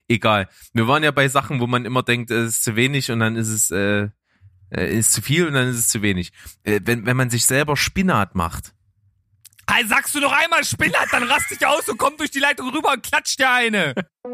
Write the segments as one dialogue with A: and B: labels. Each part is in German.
A: egal. Wir waren ja bei Sachen, wo man immer denkt, es ist zu wenig und dann ist es ist zu viel und dann ist es zu wenig. Wenn man sich selber Spinat macht.
B: Hey, sagst du noch einmal Spinat, dann rast dich aus und komm durch die Leitung rüber und klatscht dir eine.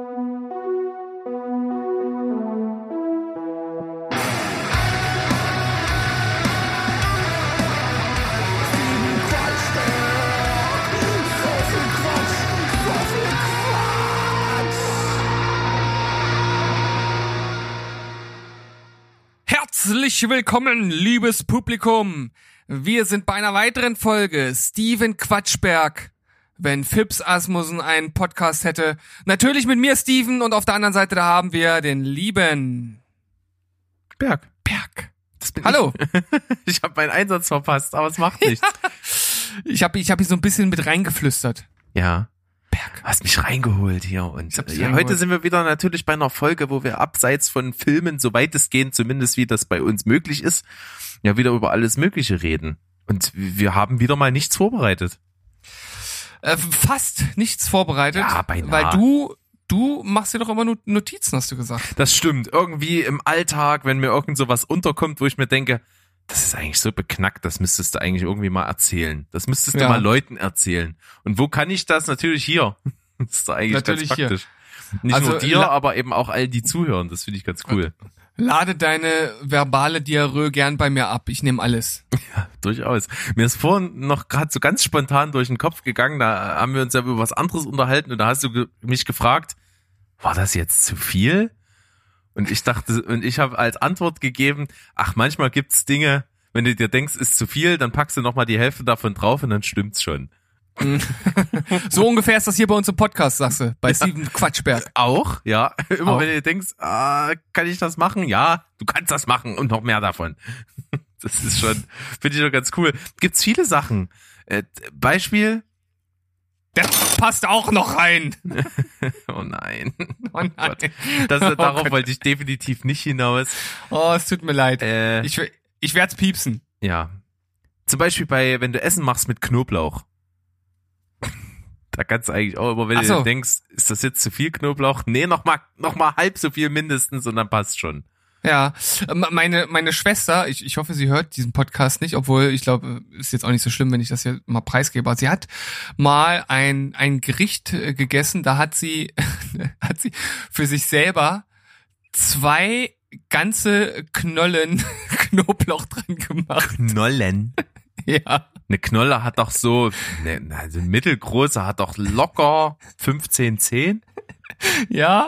B: Herzlich willkommen, liebes Publikum. Wir sind bei einer weiteren Folge Steven Quatschberg. Wenn Phipps Asmussen einen Podcast hätte. Natürlich mit mir, Steven, und auf der anderen Seite, da haben wir den lieben
A: Berg.
B: Das bin Hallo.
A: Ich habe meinen Einsatz verpasst, aber es macht nichts.
B: Ich hab hier so ein bisschen mit reingeflüstert.
A: Ja.
B: Berg.
A: Du hast mich reingeholt hier und heute sind wir wieder natürlich bei einer Folge, wo wir abseits von Filmen, so weitestgehend zumindest wie das bei uns möglich ist, ja wieder über alles Mögliche reden. Und wir haben wieder mal nichts vorbereitet.
B: Fast nichts vorbereitet.
A: Ja, beinahe.
B: Weil du machst dir doch immer nur Notizen, hast du gesagt.
A: Das stimmt. Irgendwie im Alltag, wenn mir irgend sowas unterkommt, wo ich mir denke, das ist eigentlich so beknackt, das müsstest du eigentlich irgendwie mal erzählen. Das müsstest du mal Leuten erzählen. Und wo kann ich das? Natürlich hier. Das ist doch eigentlich
B: natürlich
A: ganz praktisch.
B: Hier.
A: Nicht
B: also,
A: nur dir, aber eben auch all die zuhören. Das finde ich ganz cool.
B: Lade deine verbale Diarrhoe gern bei mir ab. Ich nehme alles.
A: Ja, durchaus. Mir ist vorhin noch gerade so ganz spontan durch den Kopf gegangen, da haben wir uns ja über was anderes unterhalten und da hast du mich gefragt, war das jetzt zu viel? Und ich dachte, und ich habe als Antwort gegeben, ach, manchmal gibt's Dinge, wenn du dir denkst, ist zu viel, dann packst du nochmal die Hälfte davon drauf und dann stimmt's schon.
B: So ungefähr ist das hier bei uns im Podcast, sagst du, bei Steven Quatschberg.
A: Auch, ja. Immer
B: auch.
A: wenn du dir denkst, kann ich das machen? Ja, du kannst das machen und noch mehr davon. Das ist schon, finde ich schon ganz cool. Gibt's viele Sachen. Beispiel?
B: Der passt auch noch rein.
A: Oh nein.
B: Oh nein.
A: Gott. Darauf wollte ich definitiv nicht hinaus.
B: Oh, es tut mir leid. Ich werd's piepsen.
A: Ja. Zum Beispiel wenn du Essen machst mit Knoblauch. Da kannst du eigentlich auch immer, wenn du dir denkst, ist das jetzt zu viel Knoblauch? Nee, noch mal halb so viel mindestens und dann passt schon.
B: Ja, meine Schwester, ich hoffe, sie hört diesen Podcast nicht, obwohl ich glaube, ist jetzt auch nicht so schlimm, wenn ich das hier mal preisgebe. Aber sie hat mal ein Gericht gegessen, da hat sie für sich selber 2 ganze Knollen Knoblauch dran gemacht.
A: Knollen?
B: Ja.
A: Eine Knolle hat doch so, also mittelgroße hat doch locker 15 Zehen.
B: Ja.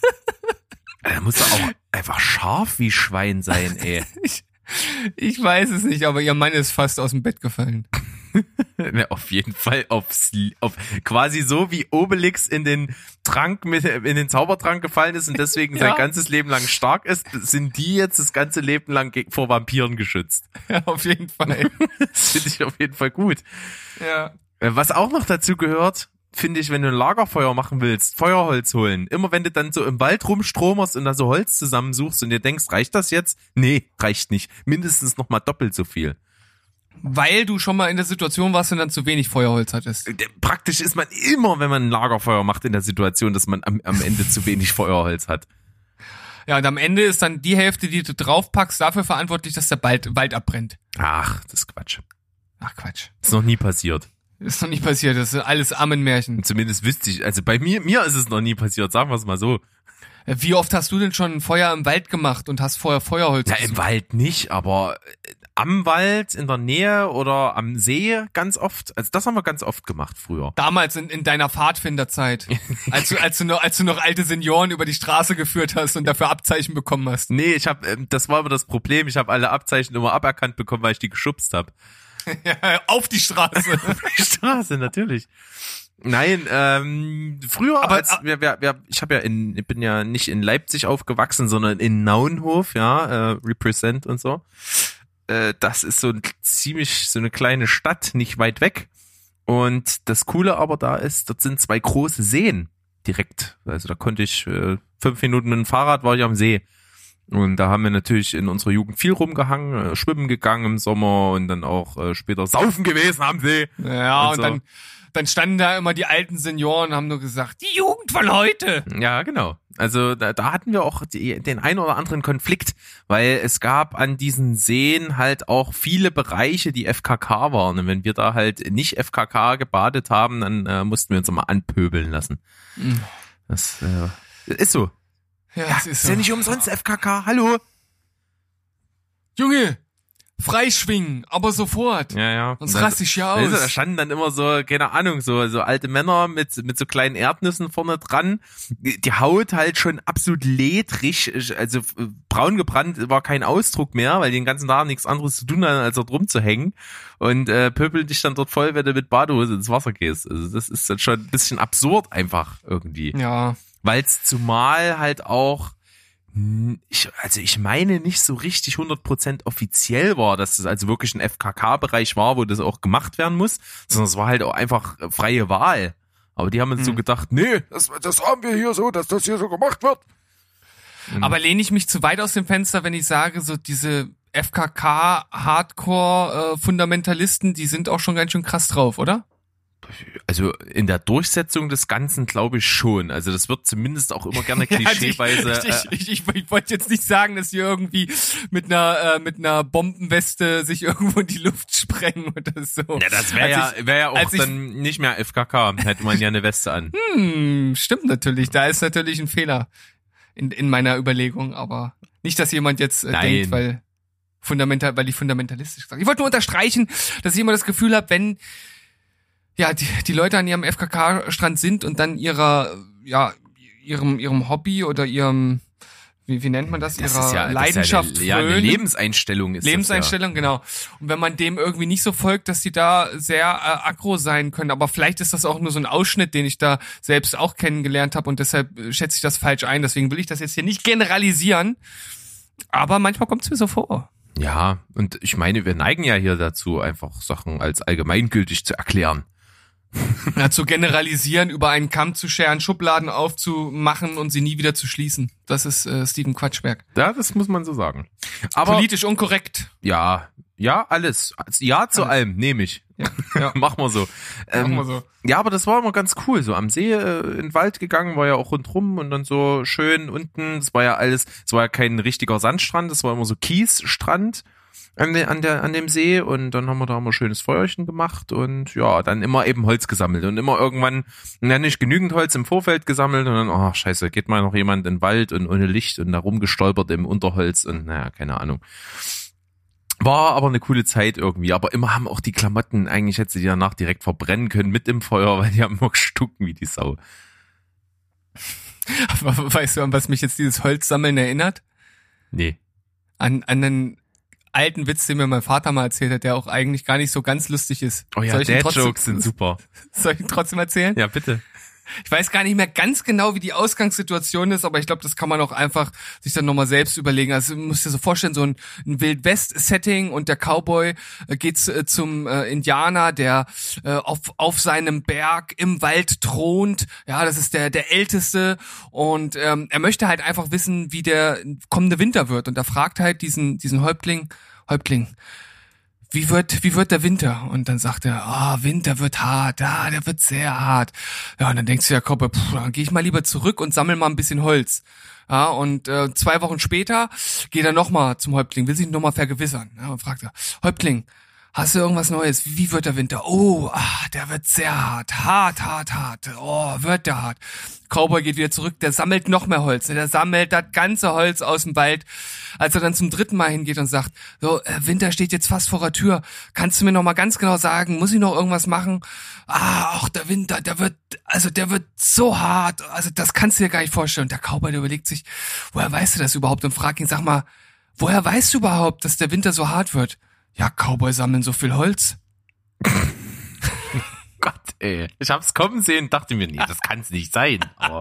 A: Da muss doch auch einfach scharf wie Schwein sein, ey.
B: Ich weiß es nicht, aber ihr Mann ist fast aus dem Bett gefallen.
A: Ja, auf jeden Fall auf quasi so wie Obelix in den Zaubertrank gefallen ist und deswegen sein ganzes Leben lang stark ist, sind die jetzt das ganze Leben lang vor Vampiren geschützt.
B: Ja, auf jeden Fall.
A: Das finde ich auf jeden Fall gut.
B: Ja.
A: Was auch noch dazu gehört, finde ich, wenn du ein Lagerfeuer machen willst, Feuerholz holen. Immer wenn du dann so im Wald rumstromerst und da so Holz zusammensuchst und dir denkst, reicht das jetzt? Nee, reicht nicht. Mindestens noch mal doppelt so viel.
B: Weil du schon mal in der Situation warst und dann zu wenig Feuerholz hattest.
A: Praktisch ist man immer, wenn man ein Lagerfeuer macht, in der Situation, dass man am Ende zu wenig Feuerholz hat.
B: Ja, und am Ende ist dann die Hälfte, die du draufpackst, dafür verantwortlich, dass der Wald abbrennt.
A: Ach, das ist Quatsch.
B: Ach, Quatsch.
A: Ist noch nie passiert.
B: Ist noch nie passiert, das sind alles Ammenmärchen.
A: Zumindest wüsste ich, also bei mir ist es noch nie passiert, sagen wir es mal so.
B: Wie oft hast du denn schon ein Feuer im Wald gemacht und hast vorher Feuerholz
A: gesucht? Im Wald nicht, aber am Wald, in der Nähe oder am See ganz oft. Also das haben wir ganz oft gemacht früher.
B: Damals in deiner Pfadfinderzeit, als du noch alte Senioren über die Straße geführt hast und dafür Abzeichen bekommen hast.
A: Nee, das war immer das Problem, ich habe alle Abzeichen immer aberkannt bekommen, weil ich die geschubst habe.
B: Ja, auf die Straße.
A: Auf die Straße, natürlich. Nein, früher,
B: aber
A: ich bin ja nicht in Leipzig aufgewachsen, sondern in Naunhof, ja, represent und so. Das ist so eine kleine Stadt, nicht weit weg. Und das Coole aber dort sind 2 große Seen direkt. Also da konnte ich 5 Minuten mit dem Fahrrad war ich am See. Und da haben wir natürlich in unserer Jugend viel rumgehangen, schwimmen gegangen im Sommer und dann auch später saufen gewesen am See.
B: Ja, und
A: so.
B: dann standen da immer die alten Senioren und haben nur gesagt, die Jugend von heute.
A: Ja, genau. Also da hatten wir auch den einen oder anderen Konflikt, weil es gab an diesen Seen halt auch viele Bereiche, die FKK waren. Und wenn wir da halt nicht FKK gebadet haben, dann mussten wir uns immer anpöbeln lassen. Das ist so.
B: Ja, das ist so.
A: Ist ja nicht umsonst FKK, hallo?
B: Junge, freischwingen, aber sofort.
A: Ja.
B: Sonst raste ich ja aus.
A: Weißt du, da standen dann immer so, keine Ahnung, so alte Männer mit so kleinen Erdnüssen vorne dran. Die Haut halt schon absolut ledrig, also braun gebrannt war kein Ausdruck mehr, weil die den ganzen Tag nichts anderes zu tun hatten, als dort rumzuhängen. Und pöbeln dich dann dort voll, wenn du mit Badehose ins Wasser gehst. Also das ist dann schon ein bisschen absurd einfach irgendwie.
B: Ja.
A: Weil es zumal halt auch ich meine nicht so richtig 100% offiziell war, dass es also wirklich ein FKK-Bereich war, wo das auch gemacht werden muss, sondern es war halt auch einfach freie Wahl. Aber die haben uns so gedacht, nee, das haben wir hier so, dass das hier so gemacht wird.
B: Aber lehne ich mich zu weit aus dem Fenster, wenn ich sage, so diese FKK-Hardcore-Fundamentalisten, die sind auch schon ganz schön krass drauf, oder?
A: Also in der Durchsetzung des Ganzen glaube ich schon. Also das wird zumindest auch immer gerne klischeeweise.
B: Ich wollte jetzt nicht sagen, dass sie irgendwie mit einer Bombenweste sich irgendwo in die Luft sprengen oder so.
A: Ja, das wäre ja auch dann nicht mehr FKK. Hätte man ja eine Weste an.
B: Stimmt natürlich. Da ist natürlich ein Fehler in meiner Überlegung, aber nicht, dass jemand jetzt denkt, weil ich fundamentalistisch sage. Ich wollte nur unterstreichen, dass ich immer das Gefühl habe, wenn die Leute an ihrem FKK-Strand sind und dann ihrem Hobby oder ihrem, wie nennt man das? Ihrer Leidenschaft frönen.
A: Ja, eine Lebenseinstellung ist
B: Lebenseinstellung, genau. Und wenn man dem irgendwie nicht so folgt, dass die da sehr aggro sein können. Aber vielleicht ist das auch nur so ein Ausschnitt, den ich da selbst auch kennengelernt habe und deshalb schätze ich das falsch ein. Deswegen will ich das jetzt hier nicht generalisieren. Aber manchmal kommt es mir so vor.
A: Ja, und ich meine, wir neigen ja hier dazu, einfach Sachen als allgemeingültig zu erklären.
B: Ja, zu generalisieren, über einen Kamm zu scheren, Schubladen aufzumachen und sie nie wieder zu schließen. Das ist Steven Quatschberg.
A: Ja, das muss man so sagen. Aber
B: politisch unkorrekt.
A: Ja, alles. Ja zu allem, nehme ich.
B: Ja.
A: Machen wir so. Ja, aber das war immer ganz cool. So am See in den Wald gegangen, war ja auch rundrum und dann so schön unten. Es war ja kein richtiger Sandstrand, es war immer so Kiesstrand an dem See und dann haben wir da immer schönes Feuerchen gemacht und ja, dann immer eben Holz gesammelt und immer irgendwann nicht genügend Holz im Vorfeld gesammelt und dann, scheiße, geht mal noch jemand in den Wald und ohne Licht und da rumgestolpert im Unterholz und keine Ahnung. War aber eine coole Zeit irgendwie, aber immer haben auch die Klamotten, eigentlich hätte sie die danach direkt verbrennen können mit dem Feuer, weil die haben immer gestunken wie die Sau.
B: Weißt du, an was mich jetzt dieses Holzsammeln erinnert?
A: Nee.
B: An einen alten Witz, den mir mein Vater mal erzählt hat, der auch eigentlich gar nicht so ganz lustig ist.
A: Oh ja, Dad-Jokes sind super.
B: Soll ich ihn trotzdem erzählen?
A: Ja, bitte.
B: Ich weiß gar nicht mehr ganz genau, wie die Ausgangssituation ist, aber ich glaube, das kann man auch einfach sich dann nochmal selbst überlegen. Also du musst dir so vorstellen, so ein Wild-West-Setting und der Cowboy geht zum Indianer, der auf seinem Berg im Wald thront. Ja, das ist der Älteste und er möchte halt einfach wissen, wie der kommende Winter wird. Und er fragt halt diesen Häuptling, wie wird der Winter? Und dann sagt er, Winter wird hart, der wird sehr hart. Ja, und dann denkst du ja, Cowboy, dann gehe ich mal lieber zurück und sammel mal ein bisschen Holz. Ja, und 2 Wochen später geht er nochmal zum Häuptling, will sich nochmal vergewissern. Ja, und fragt er, Häuptling, hast du irgendwas Neues? Wie wird der Winter? Der wird sehr hart. Hart. Oh, wird der hart. Cowboy geht wieder zurück, der sammelt noch mehr Holz. Der sammelt das ganze Holz aus dem Wald. Als er dann zum 3. Mal hingeht und sagt, so, Winter steht jetzt fast vor der Tür. Kannst du mir noch mal ganz genau sagen, muss ich noch irgendwas machen? Der Winter, der wird so hart. Also das kannst du dir gar nicht vorstellen. Und der Cowboy, der überlegt sich, woher weißt du das überhaupt? Und fragt ihn, sag mal, woher weißt du überhaupt, dass der Winter so hart wird? Ja, Cowboy sammeln so viel Holz.
A: Gott, ey. Ich hab's kommen sehen, dachte mir, nee, das kann's nicht sein. Aber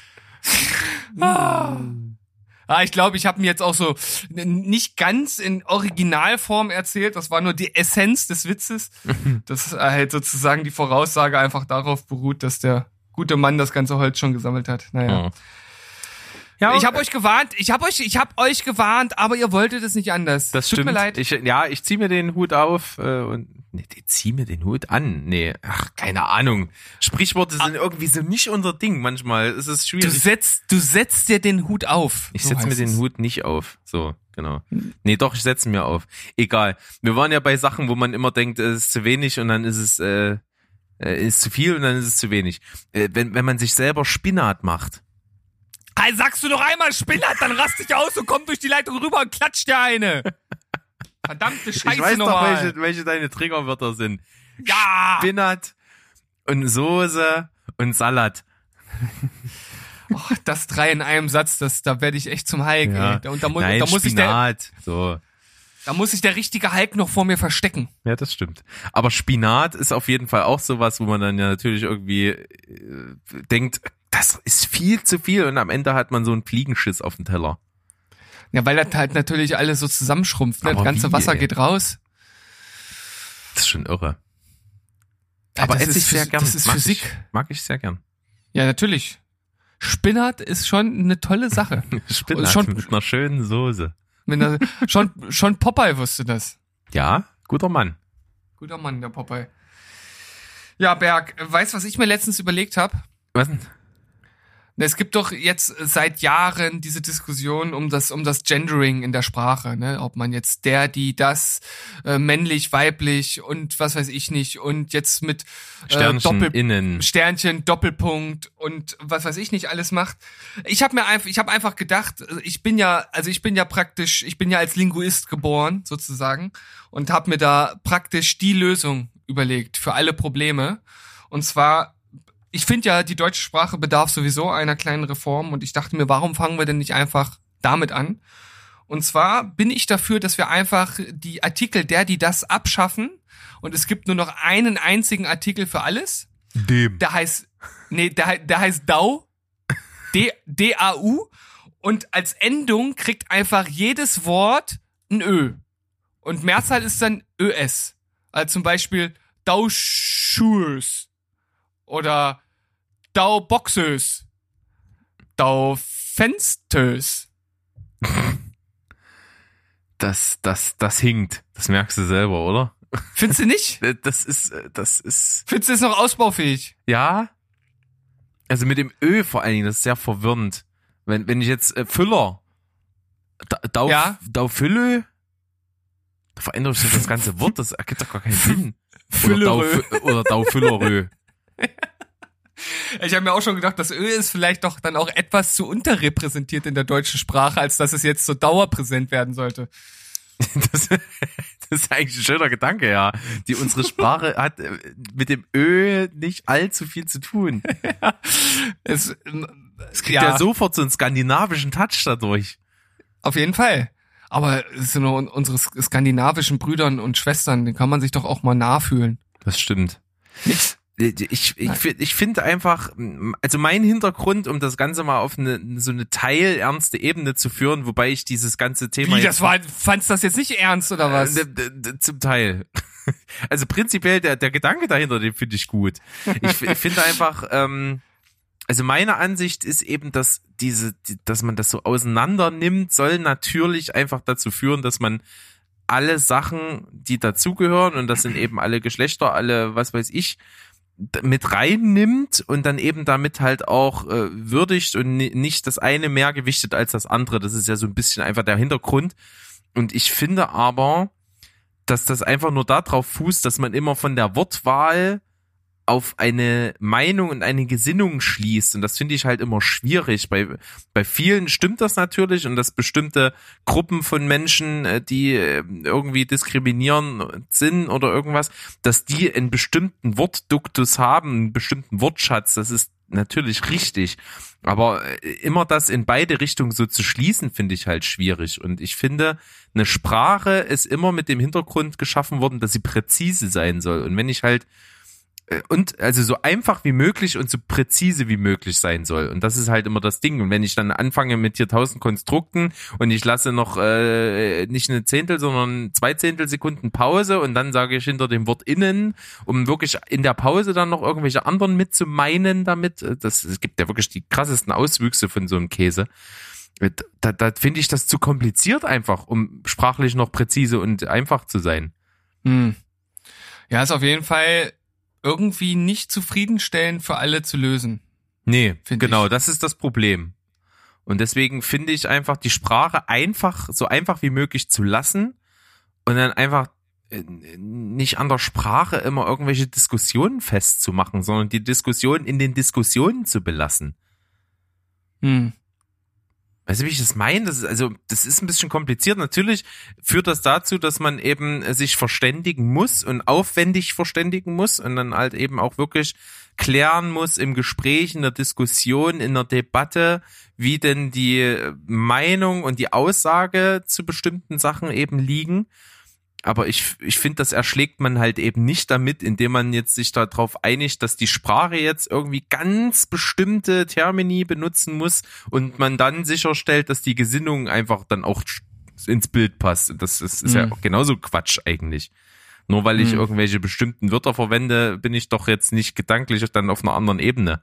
B: ich glaube, ich habe mir jetzt auch so nicht ganz in Originalform erzählt. Das war nur die Essenz des Witzes. Dass halt sozusagen die Voraussage einfach darauf beruht, dass der gute Mann das ganze Holz schon gesammelt hat. Naja.
A: Ja,
B: ich habe euch gewarnt, ich hab euch gewarnt, aber ihr wolltet es nicht anders.
A: Das
B: Tut
A: stimmt.
B: mir leid.
A: Ich ziehe mir den Hut auf und zieh mir den Hut an. Nee, ach, keine Ahnung. Sprichworte sind irgendwie so nicht unser Ding manchmal. Es ist schwierig.
B: Du setzt dir den Hut auf.
A: Ich
B: so
A: setze mir
B: heißt
A: den
B: es.
A: Hut nicht auf. So, genau. Nee, doch, ich setze mir auf. Egal. Wir waren ja bei Sachen, wo man immer denkt, es ist zu wenig und dann ist es ist zu viel und dann ist es zu wenig. Wenn man sich selber Spinat macht.
B: Hey, sagst du noch einmal Spinat, dann rast dich aus und komm durch die Leitung rüber und klatscht dir eine. Verdammte Scheiße
A: Ich weiß doch,
B: nochmal.
A: welche deine Triggerwörter sind.
B: Ja.
A: Spinat und Soße und Salat.
B: Oh, das 3 in einem Satz, da werde ich echt zum Hulk.
A: Ja.
B: Ey. Und da
A: Nein,
B: muss
A: Spinat. So.
B: sich der richtige Hulk noch vor mir verstecken.
A: Ja, das stimmt. Aber Spinat ist auf jeden Fall auch sowas, wo man dann ja natürlich irgendwie denkt, das ist viel zu viel und am Ende hat man so einen Fliegenschiss auf dem Teller.
B: Ja, weil das halt natürlich alles so zusammenschrumpft. Ne? Das
A: Aber
B: ganze
A: wie,
B: Wasser
A: ey?
B: geht raus.
A: Das ist schon irre.
B: Ja,
A: Aber
B: das
A: esse ich
B: ist
A: sehr gern.
B: Das ist Physik.
A: Mag ich sehr gern.
B: Ja, natürlich. Spinat ist schon eine tolle Sache.
A: Spinat
B: Schon-
A: mit einer schönen Soße.
B: Schon Popeye wusste das.
A: Ja, guter Mann.
B: Guter Mann, der Popeye. Ja, Berg, weißt du, was ich mir letztens überlegt habe?
A: Was denn?
B: Es gibt doch jetzt seit Jahren diese Diskussion um das Gendering in der Sprache, ne? Ob man jetzt der, die, das, männlich, weiblich und was weiß ich nicht und jetzt mit
A: Sternchen innen.
B: Sternchen, Doppelpunkt und was weiß ich nicht alles macht. Ich habe einfach gedacht, ich bin ja als Linguist geboren sozusagen und habe mir da praktisch die Lösung überlegt für alle Probleme. Und zwar, ich finde ja, die deutsche Sprache bedarf sowieso einer kleinen Reform und ich dachte mir, warum fangen wir denn nicht einfach damit an? Und zwar bin ich dafür, dass wir einfach die Artikel der, die, das abschaffen und es gibt nur noch einen einzigen Artikel für alles. Der heißt DAU, D-A-U und als Endung kriegt einfach jedes Wort ein Ö und Mehrzahl ist dann ÖS. Also zum Beispiel Dauschues oder Dauboxes, Daufenstös.
A: Das hinkt. Das merkst du selber, oder?
B: Findest du nicht?
A: Das ist,
B: Findest du es noch ausbaufähig?
A: ja. Also mit dem Ö vor allen Dingen, das ist sehr verwirrend. Wenn ich jetzt Füller,
B: Ja.
A: Daufüllö, da verändere ich das ganze Wort, das ergibt doch gar keinen Sinn.
B: Füllerö.
A: Oder Daufüllerö.
B: Ich habe mir auch schon gedacht, das Ö ist vielleicht doch dann auch etwas zu unterrepräsentiert in der deutschen Sprache, als dass es jetzt so dauerpräsent werden sollte.
A: Das ist eigentlich ein schöner Gedanke, ja. Unsere Sprache hat mit dem Ö nicht allzu viel zu tun.
B: Es
A: Kriegt ja sofort so einen skandinavischen Touch dadurch.
B: Auf jeden Fall. Aber es sind nur unsere skandinavischen Brüdern und Schwestern, den kann man sich doch auch mal nachfühlen.
A: Das stimmt. Ich finde einfach, also mein Hintergrund, um das Ganze mal auf so eine teilernste Ebene zu führen, wobei ich dieses ganze Thema
B: Fandst du das jetzt nicht ernst, oder was?
A: Zum Teil. Also prinzipiell der Gedanke dahinter, den finde ich gut. Ich finde einfach, also meine Ansicht ist eben, dass dass man das so auseinander nimmt, soll natürlich einfach dazu führen, dass man alle Sachen, die dazugehören, und das sind eben alle Geschlechter, alle, was weiß ich, mit reinnimmt und dann eben damit halt auch würdigt und nicht das eine mehr gewichtet als das andere. Das ist ja so ein bisschen einfach der Hintergrund. Und ich finde aber, dass das einfach nur darauf fußt, dass man immer von der Wortwahl auf eine Meinung und eine Gesinnung schließt. Und das finde ich halt immer schwierig. Bei vielen stimmt das natürlich und dass bestimmte Gruppen von Menschen, die irgendwie diskriminierend sind oder irgendwas, dass die einen bestimmten Wortduktus haben, einen bestimmten Wortschatz, das ist natürlich richtig. Aber immer das in beide Richtungen so zu schließen, finde ich halt schwierig. Und ich finde, eine Sprache ist immer mit dem Hintergrund geschaffen worden, dass sie präzise sein soll. Und wenn ich halt Und also so einfach wie möglich und so präzise wie möglich sein soll. Und das ist halt immer das Ding. Und wenn ich dann anfange mit hier 1000 Konstrukten und ich lasse noch nicht eine Zehntel, sondern 2 Zehntelsekunden Pause und dann sage ich hinter dem Wort innen, um wirklich in der Pause dann noch irgendwelche anderen mitzumeinen damit. Es gibt ja wirklich die krassesten Auswüchse von so einem Käse. Da finde ich das zu kompliziert einfach, um sprachlich noch präzise und einfach zu sein.
B: Ja, ist auf jeden Fall irgendwie nicht zufriedenstellend für alle zu lösen.
A: Nee, genau, das ist das Problem. Und deswegen finde ich einfach, die Sprache so einfach wie möglich zu lassen und dann einfach nicht an der Sprache immer irgendwelche Diskussionen festzumachen, sondern die Diskussion in den Diskussionen zu belassen. Weißt du, wie ich das meine? Das ist ein bisschen kompliziert. Natürlich führt das dazu, dass man eben sich verständigen muss und aufwendig verständigen muss und dann halt eben auch wirklich klären muss im Gespräch, in der Diskussion, in der Debatte, wie denn die Meinung und die Aussage zu bestimmten Sachen eben liegen. Aber ich finde, das erschlägt man halt eben nicht damit, indem man jetzt sich darauf einigt, dass die Sprache jetzt irgendwie ganz bestimmte Termini benutzen muss und man dann sicherstellt, dass die Gesinnung einfach dann auch ins Bild passt. Das ist ja genauso Quatsch eigentlich. Nur weil ich irgendwelche bestimmten Wörter verwende, bin ich doch jetzt nicht gedanklich dann auf einer anderen Ebene.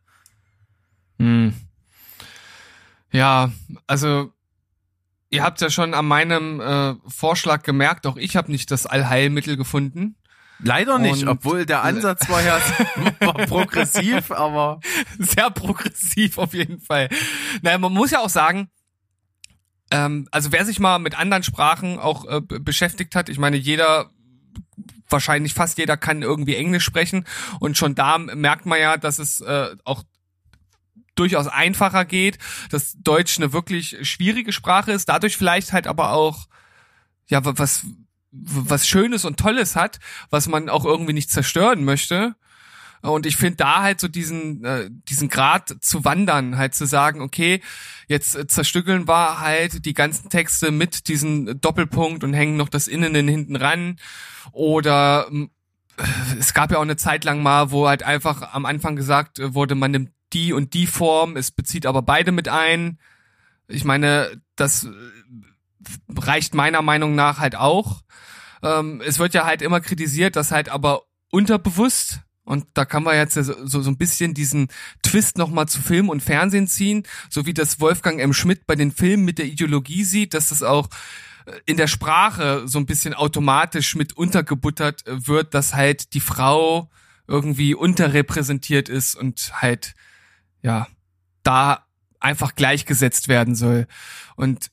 B: Ja, also ihr habt ja schon an meinem Vorschlag gemerkt, auch ich habe nicht das Allheilmittel gefunden.
A: Leider nicht, obwohl der Ansatz war ja progressiv, aber
B: sehr progressiv auf jeden Fall. Naja, man muss ja auch sagen, also wer sich mal mit anderen Sprachen auch beschäftigt hat, ich meine, wahrscheinlich fast jeder kann irgendwie Englisch sprechen und schon da merkt man ja, dass es auch durchaus einfacher geht, dass Deutsch eine wirklich schwierige Sprache ist, dadurch vielleicht halt aber auch ja was Schönes und Tolles hat, was man auch irgendwie nicht zerstören möchte. Und ich finde da halt so diesen Grad zu wandern, halt zu sagen, okay, jetzt zerstückeln wir halt die ganzen Texte mit diesem Doppelpunkt und hängen noch das Innen hinten ran. Oder es gab ja auch eine Zeit lang mal, wo halt einfach am Anfang gesagt wurde, man nimmt die und die Form, es bezieht aber beide mit ein. Ich meine, das reicht meiner Meinung nach halt auch. Es wird ja halt immer kritisiert, dass halt aber unterbewusst, und da kann man jetzt so ein bisschen diesen Twist nochmal zu Film und Fernsehen ziehen, so wie das Wolfgang M. Schmidt bei den Filmen mit der Ideologie sieht, dass das auch in der Sprache so ein bisschen automatisch mit untergebuttert wird, dass halt die Frau irgendwie unterrepräsentiert ist und halt ja da einfach gleichgesetzt werden soll. Und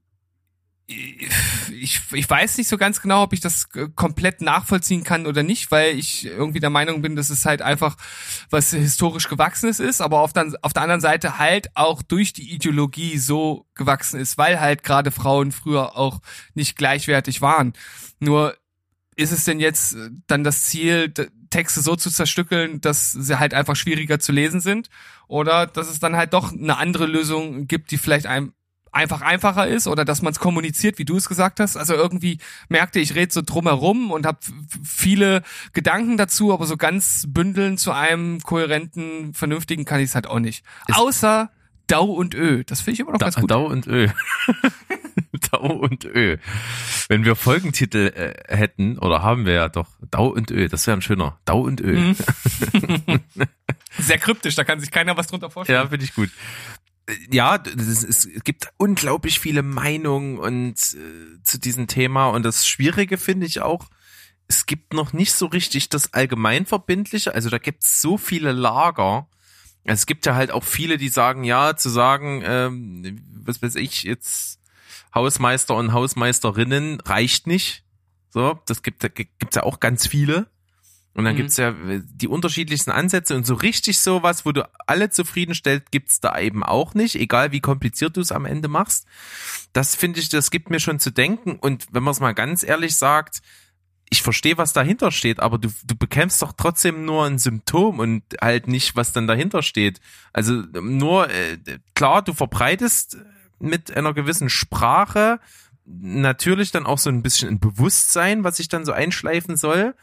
B: ich weiß nicht so ganz genau, ob ich das komplett nachvollziehen kann oder nicht, weil ich irgendwie der Meinung bin, dass es halt einfach was historisch Gewachsenes ist, aber auf der anderen Seite halt auch durch die Ideologie so gewachsen ist, weil halt gerade Frauen früher auch nicht gleichwertig waren. Nur ist es denn jetzt dann das Ziel, Texte so zu zerstückeln, dass sie halt einfach schwieriger zu lesen sind? Oder dass es dann halt doch eine andere Lösung gibt, die vielleicht einem einfach einfacher ist oder dass man es kommuniziert, wie du es gesagt hast. Also irgendwie merkte ich rede so drumherum und habe viele Gedanken dazu, aber so ganz bündeln zu einem kohärenten, vernünftigen kann ich es halt auch nicht. Außer Dau und Ö. Das finde ich immer noch ganz gut.
A: Dau und Ö. Dau und Ö. Wenn wir Folgentitel hätten, oder haben wir ja doch, Dau und Ö, das wäre ein schöner. Dau und Ö.
B: Sehr kryptisch, da kann sich keiner was drunter vorstellen.
A: Ja, finde ich gut. Ja, es gibt unglaublich viele Meinungen und zu diesem Thema und das Schwierige finde ich auch, es gibt noch nicht so richtig das Allgemeinverbindliche, also da gibt es so viele Lager. Es gibt ja halt auch viele, die sagen, ja, zu sagen, was weiß ich, jetzt Hausmeister und Hausmeisterinnen reicht nicht. So, da gibt's ja auch ganz viele. Und dann gibt's ja die unterschiedlichsten Ansätze und so richtig sowas, wo du alle zufriedenstellst, gibt's da eben auch nicht, egal wie kompliziert du es am Ende machst. Das finde ich, das gibt mir schon zu denken. Und wenn man es mal ganz ehrlich sagt, ich verstehe, was dahinter steht, aber du bekämpfst doch trotzdem nur ein Symptom und halt nicht, was dann dahinter steht. Also nur, klar, du verbreitest mit einer gewissen Sprache natürlich dann auch so ein bisschen ein Bewusstsein, was sich dann so einschleifen soll.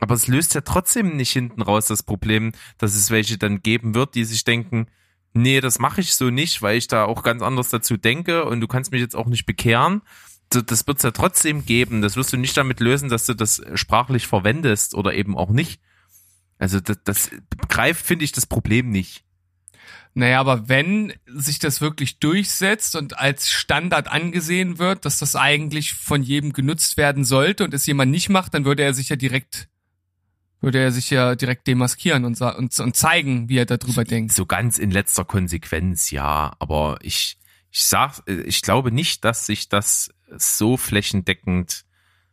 A: Aber es löst ja trotzdem nicht hinten raus das Problem, dass es welche dann geben wird, die sich denken, nee, das mache ich so nicht, weil ich da auch ganz anders dazu denke und du kannst mich jetzt auch nicht bekehren. Das wird es ja trotzdem geben. Das wirst du nicht damit lösen, dass du das sprachlich verwendest oder eben auch nicht. Also das begreift, finde ich, das Problem nicht.
B: Naja, aber wenn sich das wirklich durchsetzt und als Standard angesehen wird, dass das eigentlich von jedem genutzt werden sollte und es jemand nicht macht, dann würde er sich ja direkt demaskieren und zeigen, wie er darüber denkt.
A: So ganz in letzter Konsequenz, ja. Aber ich glaube nicht, dass sich das so flächendeckend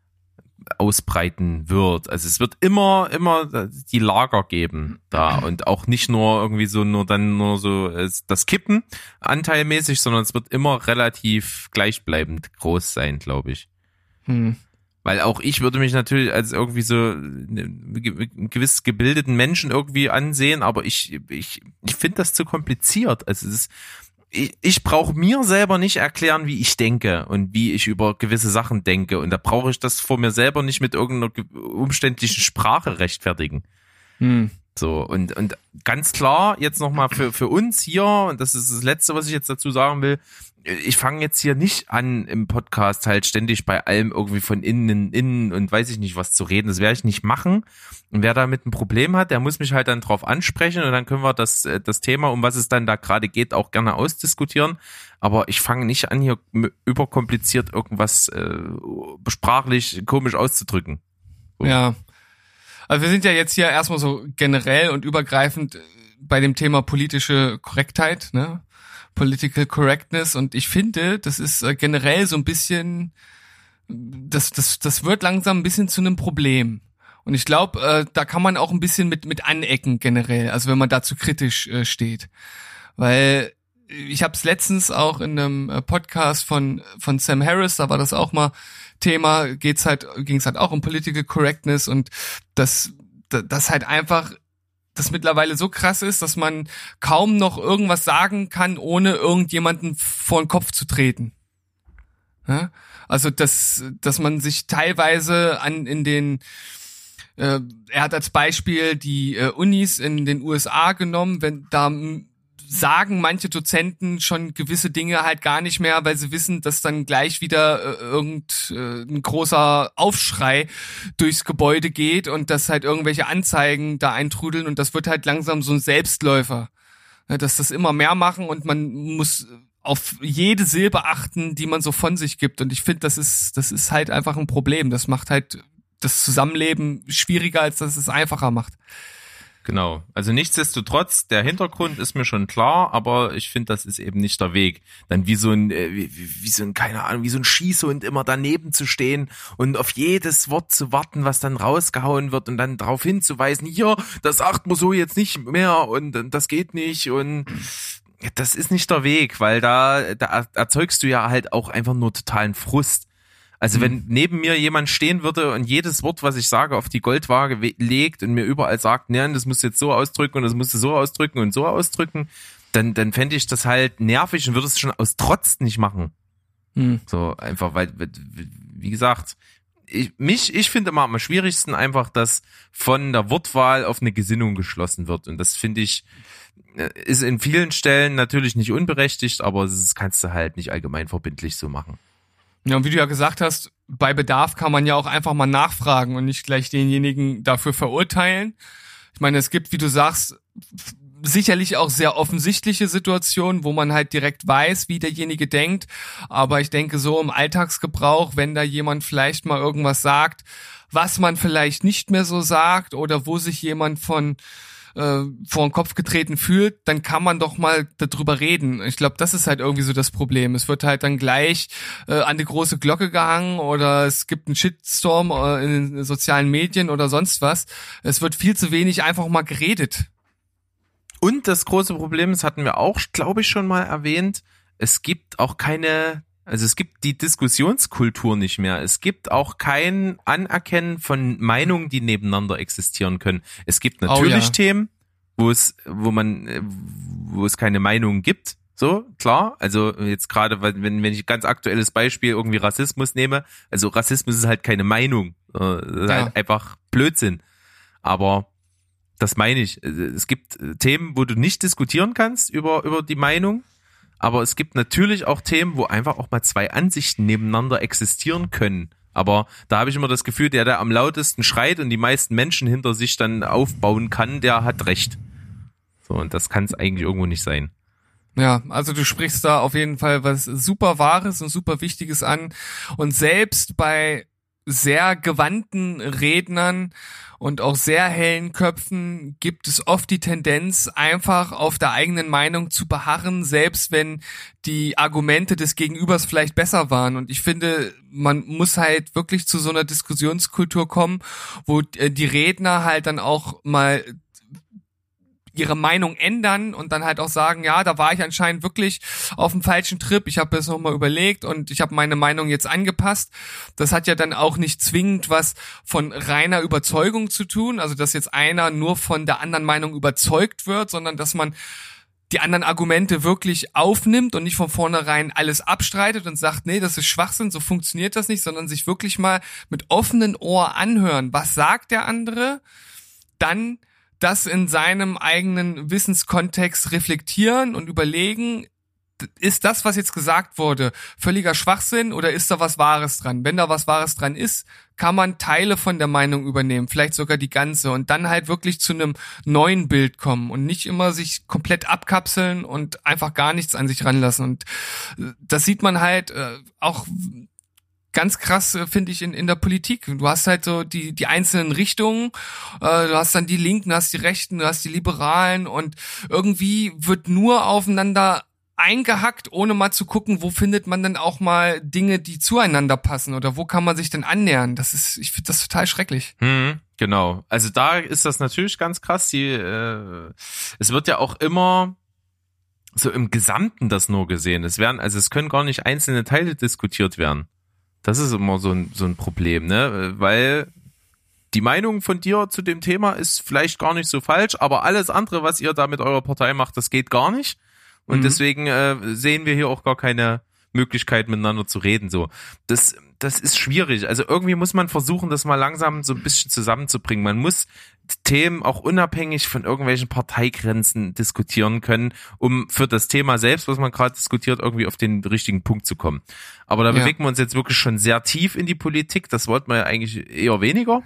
A: ausbreiten wird. Also es wird immer die Lager geben da und auch nicht nur irgendwie nur so das Kippen anteilmäßig, sondern es wird immer relativ gleichbleibend groß sein, glaube ich. Weil auch ich würde mich natürlich als irgendwie so einen gewiss gebildeten Menschen irgendwie ansehen, aber ich finde das zu kompliziert. Also ich brauche mir selber nicht erklären, wie ich denke und wie ich über gewisse Sachen denke. Und da brauche ich das vor mir selber nicht mit irgendeiner umständlichen Sprache rechtfertigen. So, und ganz klar, jetzt nochmal für uns hier, und das ist das Letzte, was ich jetzt dazu sagen will, ich fange jetzt hier nicht an, im Podcast halt ständig bei allem irgendwie von innen und weiß ich nicht was zu reden. Das werde ich nicht machen. Und wer damit ein Problem hat, der muss mich halt dann drauf ansprechen und dann können wir das Thema, um was es dann da gerade geht, auch gerne ausdiskutieren. Aber ich fange nicht an, hier überkompliziert irgendwas sprachlich komisch auszudrücken. So.
B: Ja. Also wir sind ja jetzt hier erstmal so generell und übergreifend bei dem Thema politische Korrektheit, ne? Political Correctness, und ich finde, das ist generell so ein bisschen, das wird langsam ein bisschen zu einem Problem. Und ich glaube, da kann man auch ein bisschen mit anecken generell, also wenn man dazu kritisch steht. Weil ich habe es letztens auch in einem Podcast von Sam Harris, da war das auch mal Thema, ging es halt auch um Political Correctness und das halt einfach das mittlerweile so krass ist, dass man kaum noch irgendwas sagen kann, ohne irgendjemanden vor den Kopf zu treten. Ja? Also dass man sich teilweise er hat als Beispiel die Unis in den USA genommen, wenn da sagen manche Dozenten schon gewisse Dinge halt gar nicht mehr, weil sie wissen, dass dann gleich wieder ein großer Aufschrei durchs Gebäude geht und dass halt irgendwelche Anzeigen da eintrudeln und das wird halt langsam so ein Selbstläufer, dass das immer mehr machen und man muss auf jede Silbe achten, die man so von sich gibt, und ich finde, das ist halt einfach ein Problem. Das macht halt das Zusammenleben schwieriger, als dass es einfacher macht.
A: Genau. Also nichtsdestotrotz, der Hintergrund ist mir schon klar, aber ich finde, das ist eben nicht der Weg. Dann wie so ein, keine Ahnung, wie so ein Schießhund immer daneben zu stehen und auf jedes Wort zu warten, was dann rausgehauen wird und dann darauf hinzuweisen, hier, das sagt man so jetzt nicht mehr und das geht nicht, und das ist nicht der Weg, weil da erzeugst du ja halt auch einfach nur totalen Frust. Also wenn neben mir jemand stehen würde und jedes Wort, was ich sage, auf die Goldwaage legt und mir überall sagt, nein, das musst du jetzt so ausdrücken und das musst du so ausdrücken und so ausdrücken, dann fände ich das halt nervig und würde es schon aus Trotz nicht machen. So einfach, weil, wie gesagt, ich finde immer am schwierigsten einfach, dass von der Wortwahl auf eine Gesinnung geschlossen wird, und das finde ich ist in vielen Stellen natürlich nicht unberechtigt, aber das kannst du halt nicht allgemein verbindlich so machen.
B: Ja, und wie du ja gesagt hast, bei Bedarf kann man ja auch einfach mal nachfragen und nicht gleich denjenigen dafür verurteilen. Ich meine, es gibt, wie du sagst, sicherlich auch sehr offensichtliche Situationen, wo man halt direkt weiß, wie derjenige denkt. Aber ich denke, so im Alltagsgebrauch, wenn da jemand vielleicht mal irgendwas sagt, was man vielleicht nicht mehr so sagt oder wo sich jemand vor den Kopf getreten fühlt, dann kann man doch mal darüber reden. Ich glaube, das ist halt irgendwie so das Problem. Es wird halt dann gleich an die große Glocke gehangen oder es gibt einen Shitstorm in den sozialen Medien oder sonst was. Es wird viel zu wenig einfach mal geredet.
A: Und das große Problem, das hatten wir auch, glaube ich, schon mal erwähnt, es gibt die Diskussionskultur nicht mehr. Es gibt auch kein Anerkennen von Meinungen, die nebeneinander existieren können. Es gibt natürlich Themen, wo es keine Meinungen gibt. So, klar. Also jetzt gerade, wenn ich ganz aktuelles Beispiel irgendwie Rassismus nehme. Also Rassismus ist halt keine Meinung. Das ist halt einfach Blödsinn. Aber das meine ich. Es gibt Themen, wo du nicht diskutieren kannst über die Meinung. Aber es gibt natürlich auch Themen, wo einfach auch mal zwei Ansichten nebeneinander existieren können. Aber da habe ich immer das Gefühl, der am lautesten schreit und die meisten Menschen hinter sich dann aufbauen kann, der hat recht. So, und das kann es eigentlich irgendwo nicht sein.
B: Ja, also du sprichst da auf jeden Fall was super Wahres und super Wichtiges an. Und selbst bei sehr gewandten Rednern und auch sehr hellen Köpfen gibt es oft die Tendenz, einfach auf der eigenen Meinung zu beharren, selbst wenn die Argumente des Gegenübers vielleicht besser waren. Und ich finde, man muss halt wirklich zu so einer Diskussionskultur kommen, wo die Redner halt dann auch mal ihre Meinung ändern und dann halt auch sagen, ja, da war ich anscheinend wirklich auf dem falschen Trip, ich habe das nochmal überlegt und ich habe meine Meinung jetzt angepasst. Das hat ja dann auch nicht zwingend was von reiner Überzeugung zu tun, also dass jetzt einer nur von der anderen Meinung überzeugt wird, sondern dass man die anderen Argumente wirklich aufnimmt und nicht von vornherein alles abstreitet und sagt, nee, das ist Schwachsinn, so funktioniert das nicht, sondern sich wirklich mal mit offenen Ohr anhören, was sagt der andere, dann das in seinem eigenen Wissenskontext reflektieren und überlegen, ist das, was jetzt gesagt wurde, völliger Schwachsinn oder ist da was Wahres dran? Wenn da was Wahres dran ist, kann man Teile von der Meinung übernehmen, vielleicht sogar die ganze und dann halt wirklich zu einem neuen Bild kommen und nicht immer sich komplett abkapseln und einfach gar nichts an sich ranlassen. Und das sieht man halt auch ganz krass, finde ich, in der Politik. Du hast halt so die einzelnen Richtungen, du hast dann die Linken, du hast die Rechten, du hast die Liberalen und irgendwie wird nur aufeinander eingehackt, ohne mal zu gucken, wo findet man denn auch mal Dinge, die zueinander passen oder wo kann man sich denn annähern. Ich finde das total schrecklich.
A: Genau. Also da ist das natürlich ganz krass. Es wird ja auch immer so im Gesamten das nur gesehen. Es können gar nicht einzelne Teile diskutiert werden. Das ist immer so ein Problem, ne? Weil die Meinung von dir zu dem Thema ist vielleicht gar nicht so falsch, aber alles andere, was ihr da mit eurer Partei macht, das geht gar nicht. Und deswegen sehen wir hier auch gar keine Möglichkeit, miteinander zu reden. So, das ist schwierig. Also irgendwie muss man versuchen, das mal langsam so ein bisschen zusammenzubringen. Man muss Themen auch unabhängig von irgendwelchen Parteigrenzen diskutieren können, um für das Thema selbst, was man gerade diskutiert, irgendwie auf den richtigen Punkt zu kommen. Aber da bewegen wir uns jetzt wirklich schon sehr tief in die Politik. Das wollten wir ja eigentlich eher weniger.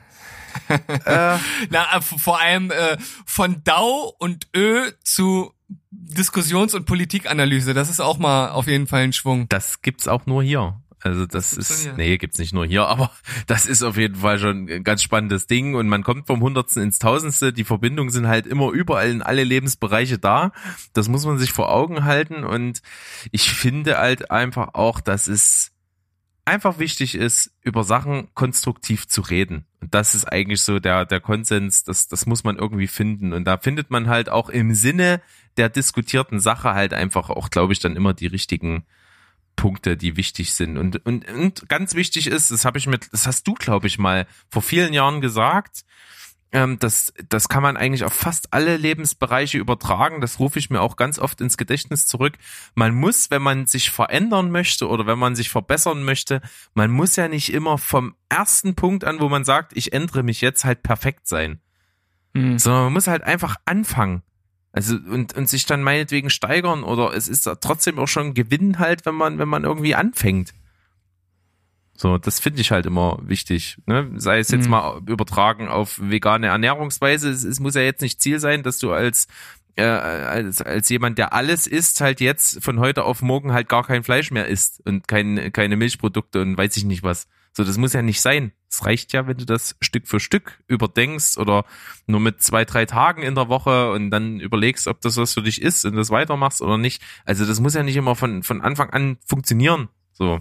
B: Vor allem von DAO und Ö zu Diskussions- und Politikanalyse. Das ist auch mal auf jeden Fall ein Schwung.
A: Das gibt's auch nur hier. Also gibt's nicht nur hier, aber das ist auf jeden Fall schon ein ganz spannendes Ding und man kommt vom Hundertsten ins Tausendste. Die Verbindungen sind halt immer überall in alle Lebensbereiche da. Das muss man sich vor Augen halten und ich finde halt einfach auch, dass es einfach wichtig ist, über Sachen konstruktiv zu reden. Und das ist eigentlich so der Konsens, das muss man irgendwie finden. Und da findet man halt auch im Sinne der diskutierten Sache halt einfach auch, glaube ich, dann immer die richtigen Punkte, die wichtig sind. Und ganz wichtig ist, das hast du, glaube ich, mal vor vielen Jahren gesagt, das kann man eigentlich auf fast alle Lebensbereiche übertragen. Das rufe ich mir auch ganz oft ins Gedächtnis zurück. Man muss, wenn man sich verändern möchte oder wenn man sich verbessern möchte, man muss ja nicht immer vom ersten Punkt an, wo man sagt, ich ändere mich jetzt, halt perfekt sein. Sondern man muss halt einfach anfangen. Also und sich dann meinetwegen steigern oder es ist trotzdem auch schon ein Gewinn halt, wenn man irgendwie anfängt. So, das finde ich halt immer wichtig, ne? Sei es jetzt mal übertragen auf vegane Ernährungsweise. Es muss ja jetzt nicht Ziel sein, dass du als jemand, der alles isst, halt jetzt von heute auf morgen halt gar kein Fleisch mehr isst und keine Milchprodukte und weiß ich nicht was. So, das muss ja nicht sein. Es reicht ja, wenn du das Stück für Stück überdenkst oder nur mit 2-3 Tagen in der Woche und dann überlegst, ob das was für dich ist und das weitermachst oder nicht. Also das muss ja nicht immer von Anfang an funktionieren. So.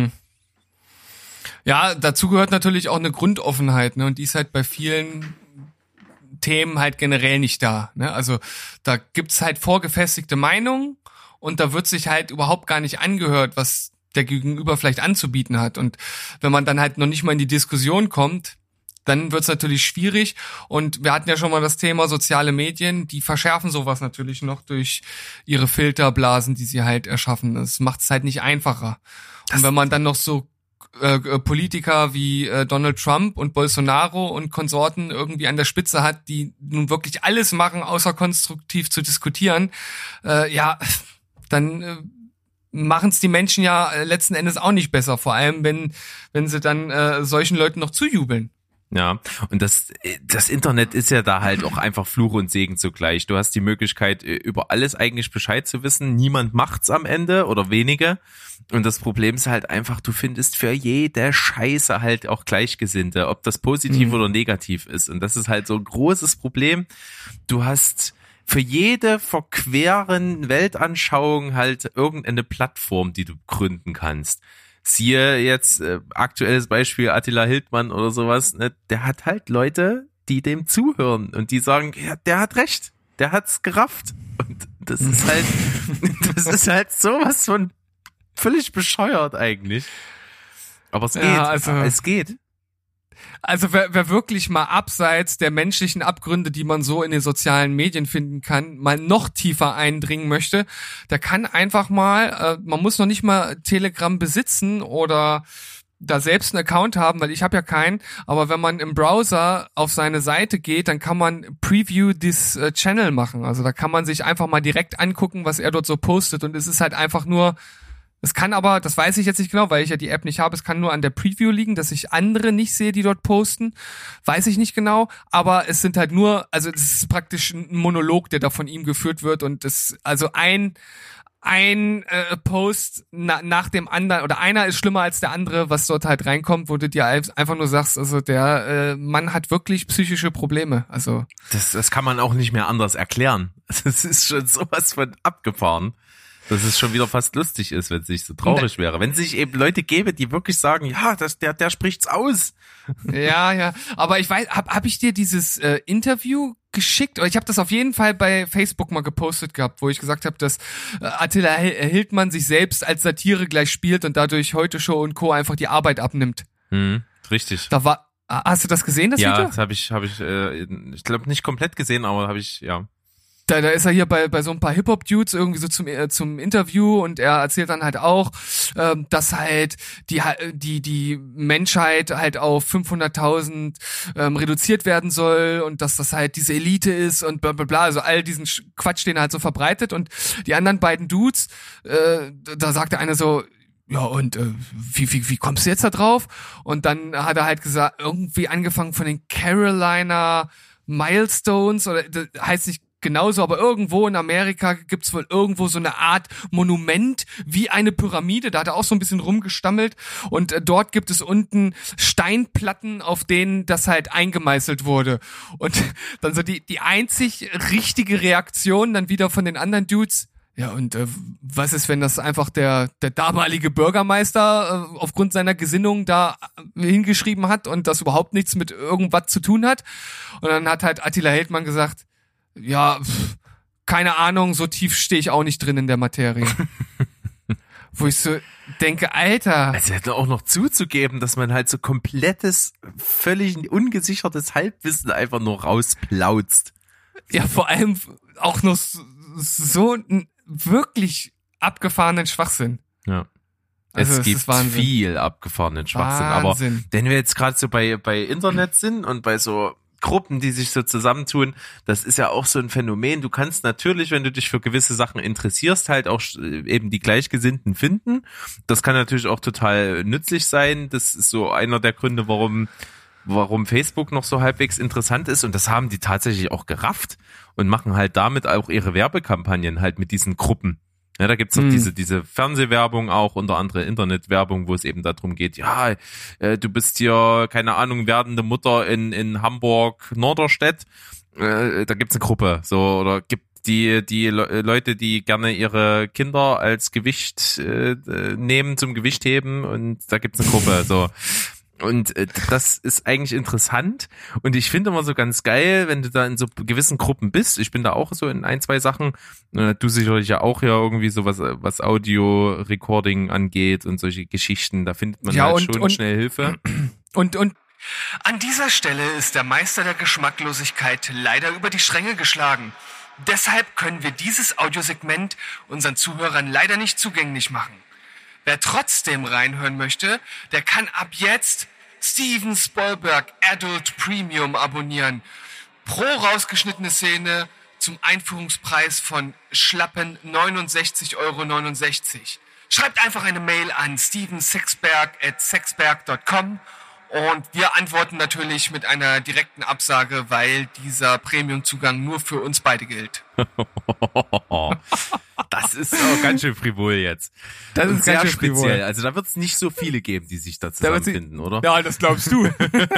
B: Ja, dazu gehört natürlich auch eine Grundoffenheit, ne? Und die ist halt bei vielen Themen halt generell nicht da, ne? Also da gibt's halt vorgefestigte Meinungen und da wird sich halt überhaupt gar nicht angehört, was der Gegenüber vielleicht anzubieten hat. Und wenn man dann halt noch nicht mal in die Diskussion kommt, dann wird's natürlich schwierig. Und wir hatten ja schon mal das Thema soziale Medien, die verschärfen sowas natürlich noch durch ihre Filterblasen, die sie halt erschaffen. Das macht's halt nicht einfacher. Und wenn man dann noch so Politiker wie Donald Trump und Bolsonaro und Konsorten irgendwie an der Spitze hat, die nun wirklich alles machen, außer konstruktiv zu diskutieren, dann machen es die Menschen ja letzten Endes auch nicht besser, vor allem wenn sie dann solchen Leuten noch zujubeln.
A: Ja, und das Internet ist ja da halt auch einfach Fluch und Segen zugleich. Du hast die Möglichkeit, über alles eigentlich Bescheid zu wissen. Niemand macht's am Ende oder wenige. Und das Problem ist halt einfach, du findest für jede Scheiße halt auch Gleichgesinnte, ob das positiv oder negativ ist. Und das ist halt so ein großes Problem. Du hast für jede verqueren Weltanschauung halt irgendeine Plattform, die du gründen kannst. Siehe jetzt aktuelles Beispiel Attila Hildmann oder sowas, ne? Der hat halt Leute, die dem zuhören und die sagen, ja, der hat recht, der hat's gerafft. Und das ist halt sowas von völlig bescheuert eigentlich. Aber es geht, es geht.
B: Also wer wirklich mal abseits der menschlichen Abgründe, die man so in den sozialen Medien finden kann, mal noch tiefer eindringen möchte, der kann einfach mal, man muss noch nicht mal Telegram besitzen oder da selbst einen Account haben, weil ich habe ja keinen, aber wenn man im Browser auf seine Seite geht, dann kann man Preview this Channel machen. Also da kann man sich einfach mal direkt angucken, was er dort so postet und es ist halt einfach nur. Es kann aber, das weiß ich jetzt nicht genau, weil ich ja die App nicht habe, es kann nur an der Preview liegen, dass ich andere nicht sehe, die dort posten. Weiß ich nicht genau, aber es sind halt nur, also es ist praktisch ein Monolog, der da von ihm geführt wird und es, also ein Post nach dem anderen, oder einer ist schlimmer als der andere, was dort halt reinkommt, wo du dir einfach nur sagst, also der Mann hat wirklich psychische Probleme, also.
A: Das kann man auch nicht mehr anders erklären. Das ist schon sowas von abgefahren. Dass es schon wieder fast lustig ist, wenn es nicht so traurig wäre. Wenn es sich eben Leute gäbe, die wirklich sagen, ja, der spricht's aus.
B: Ja, aber ich weiß, hab ich dir dieses Interview geschickt? Oder ich habe das auf jeden Fall bei Facebook mal gepostet gehabt, wo ich gesagt habe, dass Attila Hildmann sich selbst als Satire gleich spielt und dadurch Heute Show und Co. einfach die Arbeit abnimmt.
A: Richtig.
B: Hast du das gesehen, das Video?
A: Ja, das habe ich glaube nicht komplett gesehen, aber habe ich, ja.
B: Da ist er hier bei so ein paar Hip-Hop-Dudes irgendwie so zum Interview und er erzählt dann halt auch, dass halt die Menschheit halt auf 500.000 reduziert werden soll und dass das halt diese Elite ist und bla bla bla, also all diesen Quatsch, den er halt so verbreitet und die anderen beiden Dudes, da sagt der eine so, ja, und wie kommst du jetzt da drauf? Und dann hat er halt gesagt, irgendwie angefangen von den Carolina Milestones oder das heißt nicht genauso, aber irgendwo in Amerika gibt's wohl irgendwo so eine Art Monument wie eine Pyramide, da hat er auch so ein bisschen rumgestammelt und dort gibt es unten Steinplatten, auf denen das halt eingemeißelt wurde und dann so die einzig richtige Reaktion dann wieder von den anderen Dudes, ja und was ist, wenn das einfach der damalige Bürgermeister aufgrund seiner Gesinnung da hingeschrieben hat und das überhaupt nichts mit irgendwas zu tun hat und dann hat halt Attila Hildmann gesagt, ja, keine Ahnung, so tief stehe ich auch nicht drin in der Materie. Wo ich so denke, Alter.
A: Also hätte auch noch zuzugeben, dass man halt so komplettes, völlig ungesichertes Halbwissen einfach nur rausplautzt.
B: Ja, vor allem auch noch so einen wirklich abgefahrenen Schwachsinn.
A: Ja.
B: Also,
A: es gibt viel abgefahrenen Schwachsinn.
B: Wahnsinn.
A: Aber wenn wir jetzt gerade so bei Internet sind und bei so Gruppen, die sich so zusammentun, das ist ja auch so ein Phänomen. Du kannst natürlich, wenn du dich für gewisse Sachen interessierst, halt auch eben die Gleichgesinnten finden. Das kann natürlich auch total nützlich sein. Das ist so einer der Gründe, warum Facebook noch so halbwegs interessant ist. Und das haben die tatsächlich auch gerafft und machen halt damit auch ihre Werbekampagnen halt mit diesen Gruppen. Ja, da gibt's noch diese Fernsehwerbung auch, unter anderem Internetwerbung, wo es eben darum geht, ja, du bist hier, keine Ahnung, werdende Mutter in Hamburg Norderstedt, da gibt's eine Gruppe, so, oder gibt die Leute, die gerne ihre Kinder als Gewicht nehmen, zum Gewicht heben, und da gibt's eine Gruppe, so. Und das ist eigentlich interessant und ich finde immer so ganz geil, wenn du da in so gewissen Gruppen bist. Ich bin da auch so in 1, 2 Sachen. Du sicherlich ja auch irgendwie so was Audio-Recording angeht und solche Geschichten. Da findet man ja, halt schon schnell Hilfe.
B: Und an dieser Stelle ist der Meister der Geschmacklosigkeit leider über die Stränge geschlagen. Deshalb können wir dieses Audiosegment unseren Zuhörern leider nicht zugänglich machen. Wer trotzdem reinhören möchte, der kann ab jetzt Steven Spielberg Adult Premium abonnieren. Pro rausgeschnittene Szene zum Einführungspreis von schlappen 69,69 €. Schreibt einfach eine Mail an stevensexberg@sexberg.com und wir antworten natürlich mit einer direkten Absage, weil dieser Premium-Zugang nur für uns beide gilt.
A: Das ist auch ganz schön frivol jetzt.
B: Das ist
A: sehr
B: ganz schön
A: speziell.
B: frivol.
A: Also da wird es nicht so viele geben, die sich da zusammenfinden, oder?
B: Ja, das glaubst du.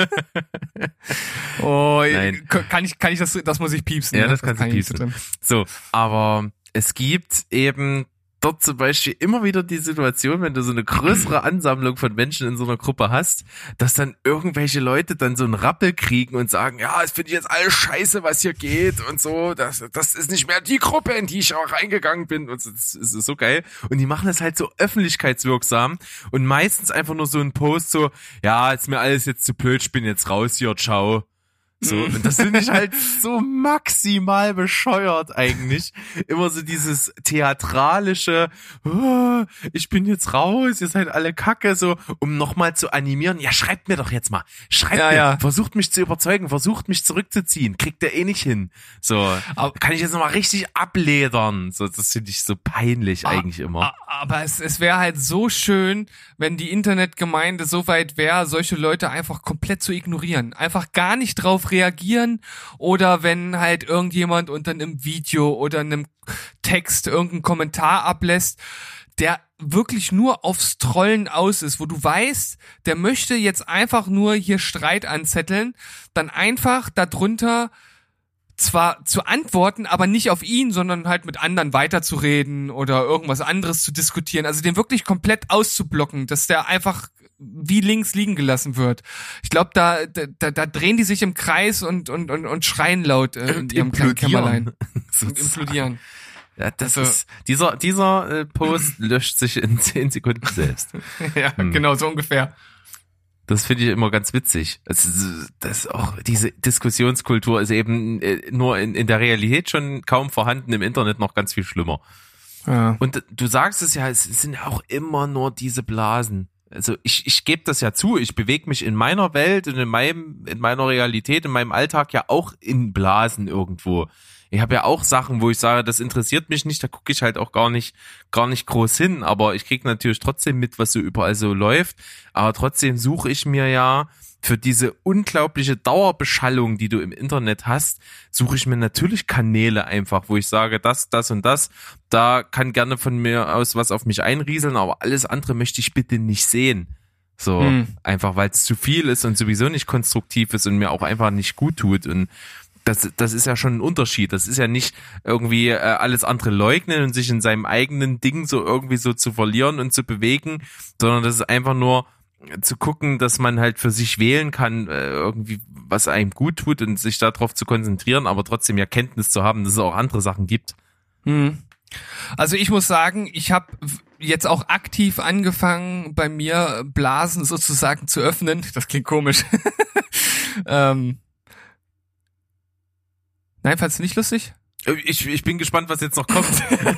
B: Oh,
A: Nein.
B: kann ich das muss ich piepsen.
A: Ja,
B: ne?
A: das kannst du
B: kann ich nicht
A: piepsen. So, aber es gibt eben dort zum Beispiel immer wieder die Situation, wenn du so eine größere Ansammlung von Menschen in so einer Gruppe hast, dass dann irgendwelche Leute dann so einen Rappel kriegen und sagen, ja, das finde ich jetzt alles scheiße, was hier geht und so, das ist nicht mehr die Gruppe, in die ich auch reingegangen bin und das ist so geil. Und die machen das halt so öffentlichkeitswirksam und meistens einfach nur so ein Post so, ja, ist mir alles jetzt zu blöd, ich bin jetzt raus hier, ciao. So, und das finde ich halt so maximal bescheuert eigentlich. Immer so dieses theatralische, oh, ich bin jetzt raus, ihr seid alle Kacke, so, um nochmal zu animieren. Ja, schreibt mir doch jetzt mal. Schreibt mir, versucht mich zu überzeugen, versucht mich zurückzuziehen. Kriegt ihr eh nicht hin. So, kann ich jetzt nochmal richtig abledern. So, das finde ich so peinlich eigentlich immer.
B: Aber es wäre halt so schön, wenn die Internetgemeinde so weit wäre, solche Leute einfach komplett zu ignorieren. Einfach gar nicht drauf reagieren oder wenn halt irgendjemand unter einem Video oder einem Text irgendeinen Kommentar ablässt, der wirklich nur aufs Trollen aus ist, wo du weißt, der möchte jetzt einfach nur hier Streit anzetteln, dann einfach darunter zwar zu antworten, aber nicht auf ihn, sondern halt mit anderen weiterzureden oder irgendwas anderes zu diskutieren. Also den wirklich komplett auszublocken, dass der einfach wie links liegen gelassen wird. Ich glaube, da drehen die sich im Kreis und schreien laut in ihrem kleinen Kämmerlein. Und implodieren.
A: Ja, das ist, dieser Post löscht sich in 10 Sekunden selbst.
B: Ja, genau, so ungefähr.
A: Das finde ich immer ganz witzig. Das auch diese Diskussionskultur ist eben nur in der Realität schon kaum vorhanden, im Internet noch ganz viel schlimmer. Ja. Und du sagst es ja, es sind auch immer nur diese Blasen. Also ich gebe das ja zu, ich bewege mich in meiner Welt und in meiner Realität, in meinem Alltag ja auch in Blasen irgendwo. Ich habe ja auch Sachen, wo ich sage, das interessiert mich nicht, da gucke ich halt auch gar nicht groß hin, aber ich kriege natürlich trotzdem mit, was so überall so läuft, aber trotzdem suche ich mir ja für diese unglaubliche Dauerbeschallung, die du im Internet hast, suche ich mir natürlich Kanäle einfach, wo ich sage, das und das, da kann gerne von mir aus was auf mich einrieseln, aber alles andere möchte ich bitte nicht sehen. So, einfach weil es zu viel ist und sowieso nicht konstruktiv ist und mir auch einfach nicht gut tut und das ist ja schon ein Unterschied. Das ist ja nicht irgendwie alles andere leugnen und sich in seinem eigenen Ding so irgendwie so zu verlieren und zu bewegen, sondern das ist einfach nur zu gucken, dass man halt für sich wählen kann, irgendwie was einem gut tut und sich darauf zu konzentrieren, aber trotzdem ja Kenntnis zu haben, dass es auch andere Sachen gibt.
B: Also ich muss sagen, ich habe jetzt auch aktiv angefangen, bei mir Blasen sozusagen zu öffnen. Das klingt komisch. Nein, fandst du nicht lustig?
A: Ich bin gespannt, was jetzt noch kommt.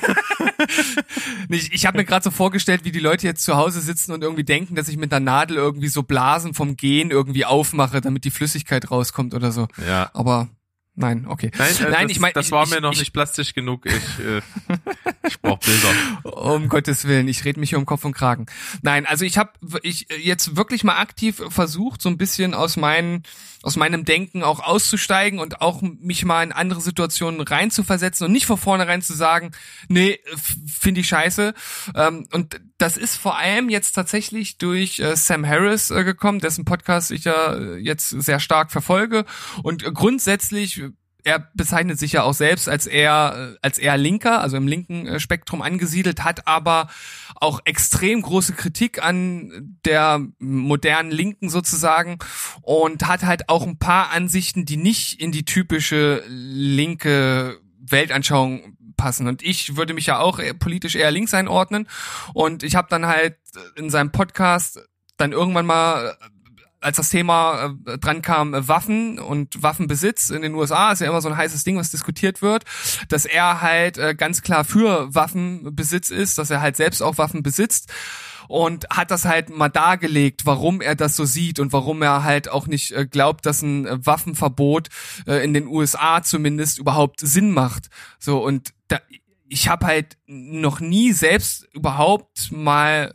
B: Ich habe mir gerade so vorgestellt, wie die Leute jetzt zu Hause sitzen und irgendwie denken, dass ich mit der Nadel irgendwie so Blasen vom Gehen irgendwie aufmache, damit die Flüssigkeit rauskommt oder so.
A: Ja.
B: Aber nein, okay.
A: Nein, ich meine, das war mir noch nicht plastisch genug. Ich brauche Bilder.
B: Um Gottes Willen, ich rede mich hier um Kopf und Kragen. Nein, also ich jetzt wirklich mal aktiv versucht, so ein bisschen aus meinem Denken auch auszusteigen und auch mich mal in andere Situationen reinzuversetzen und nicht von vornherein zu sagen, nee, finde ich scheiße. Und das ist vor allem jetzt tatsächlich durch Sam Harris gekommen, dessen Podcast ich ja jetzt sehr stark verfolge. Und grundsätzlich, er bezeichnet sich ja auch selbst als eher Linker, also im linken Spektrum angesiedelt, hat aber auch extrem große Kritik an der modernen Linken sozusagen und hat halt auch ein paar Ansichten, die nicht in die typische linke Weltanschauung passen. Und ich würde mich ja auch politisch eher links einordnen. Und ich habe dann halt in seinem Podcast dann irgendwann mal, als das Thema dran kam, Waffen und Waffenbesitz in den USA, ist ja immer so ein heißes Ding, was diskutiert wird, dass er halt ganz klar für Waffenbesitz ist, dass er halt selbst auch Waffen besitzt. und hat das halt mal dargelegt, warum er das so sieht und warum er halt auch nicht glaubt, dass ein Waffenverbot in den USA zumindest überhaupt Sinn macht. So, und ich habe halt noch nie selbst überhaupt mal,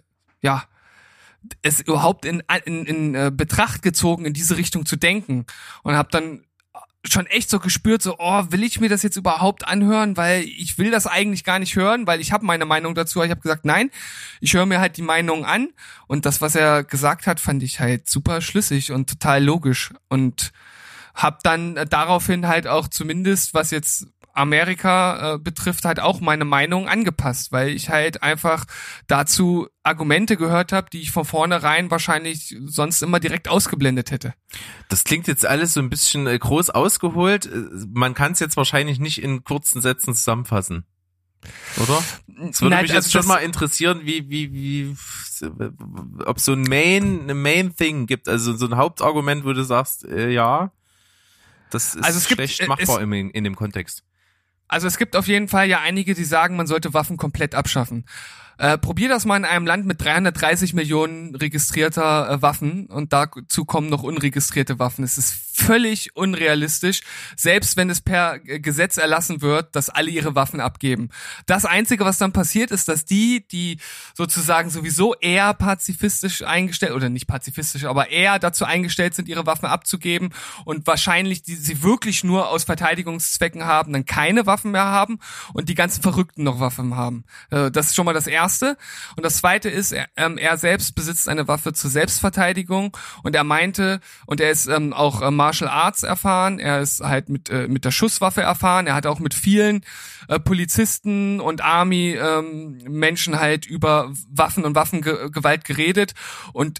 B: es überhaupt in Betracht gezogen, in diese Richtung zu denken, und habe dann schon echt so gespürt, so, will ich mir das jetzt überhaupt anhören, weil ich will das eigentlich gar nicht hören, weil ich habe meine Meinung dazu. Ich habe gesagt, nein, ich höre mir halt die Meinung an, und das, was er gesagt hat, fand ich halt super schlüssig und total logisch, und habe dann daraufhin halt auch zumindest, was jetzt Amerika betrifft, halt auch meine Meinung angepasst, weil ich halt einfach dazu Argumente gehört habe, die ich von vornherein wahrscheinlich sonst immer direkt ausgeblendet hätte.
A: Das klingt jetzt alles so ein bisschen groß ausgeholt. Man kann es jetzt wahrscheinlich nicht in kurzen Sätzen zusammenfassen, oder? Es würde mich jetzt schon mal interessieren, wie ob so eine Main Thing gibt, also so ein Hauptargument, wo du sagst, ja, das ist schlecht machbar in dem Kontext.
B: Also es gibt auf jeden Fall ja einige, die sagen, man sollte Waffen komplett abschaffen. Probier das mal in einem Land mit 330 Millionen registrierter Waffen, und dazu kommen noch unregistrierte Waffen. Es ist völlig unrealistisch, selbst wenn es per Gesetz erlassen wird, dass alle ihre Waffen abgeben. Das Einzige, was dann passiert, ist, dass die sozusagen sowieso eher pazifistisch eingestellt, oder nicht pazifistisch, aber eher dazu eingestellt sind, ihre Waffen abzugeben, und wahrscheinlich sie wirklich nur aus Verteidigungszwecken haben, dann keine Waffen mehr haben, und die ganzen Verrückten noch Waffen haben. Das ist schon mal das Erste. Und das Zweite ist, er selbst besitzt eine Waffe zur Selbstverteidigung, und er meinte, und er ist auch Martial Arts erfahren, er ist halt mit der Schusswaffe erfahren, er hat auch mit vielen Polizisten und Army Menschen halt über Waffen und Waffengewalt geredet, und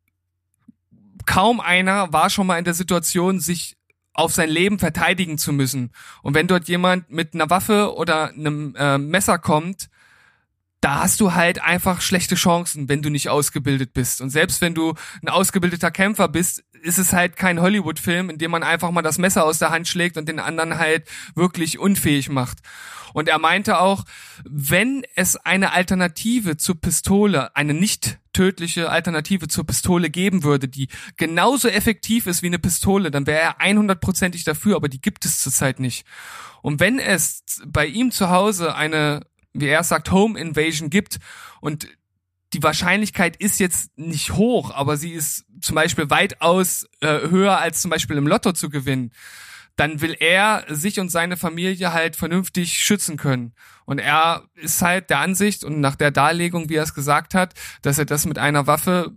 B: kaum einer war schon mal in der Situation, sich auf sein Leben verteidigen zu müssen. Und wenn dort jemand mit einer Waffe oder einem Messer kommt, da hast du halt einfach schlechte Chancen, wenn du nicht ausgebildet bist. Und selbst wenn du ein ausgebildeter Kämpfer bist, ist es halt kein Hollywood-Film, in dem man einfach mal das Messer aus der Hand schlägt und den anderen halt wirklich unfähig macht. Und er meinte auch, wenn es eine Alternative zur Pistole, eine nicht tödliche Alternative zur Pistole geben würde, die genauso effektiv ist wie eine Pistole, dann wäre er 100%ig dafür, aber die gibt es zurzeit nicht. Und wenn es bei ihm zu Hause eine, wie er sagt, Home Invasion gibt, und die Wahrscheinlichkeit ist jetzt nicht hoch, aber sie ist zum Beispiel weitaus höher als zum Beispiel im Lotto zu gewinnen, dann will er sich und seine Familie halt vernünftig schützen können. Und er ist halt der Ansicht, und nach der Darlegung, wie er es gesagt hat, dass er das mit einer Waffe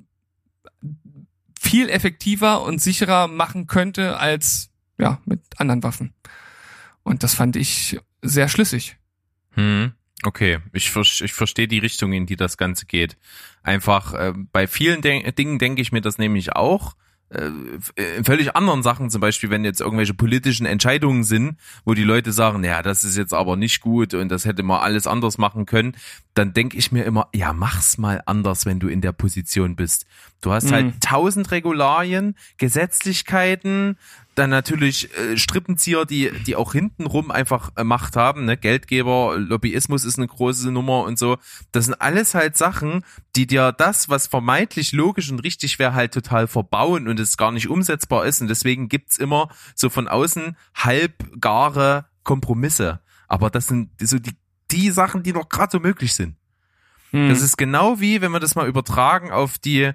B: viel effektiver und sicherer machen könnte als mit anderen Waffen. Und das fand ich sehr schlüssig.
A: Okay, ich verstehe die Richtung, in die das Ganze geht. Einfach bei vielen Dingen denke ich mir das nämlich auch. In völlig anderen Sachen, zum Beispiel, wenn jetzt irgendwelche politischen Entscheidungen sind, wo die Leute sagen, ja, das ist jetzt aber nicht gut und das hätte man alles anders machen können, dann denke ich mir immer, ja, mach's mal anders, wenn du in der Position bist. Du hast halt 1000 Regularien, Gesetzlichkeiten, dann natürlich Strippenzieher, die auch hintenrum einfach Macht haben, ne? Geldgeber, Lobbyismus ist eine große Nummer und so. Das sind alles halt Sachen, die dir das, was vermeintlich logisch und richtig wäre, halt total verbauen und es gar nicht umsetzbar ist. Und deswegen gibt's immer so von außen halbgare Kompromisse. Aber das sind so die Sachen, die noch gerade so möglich sind. Das ist genau wie, wenn wir das mal übertragen auf die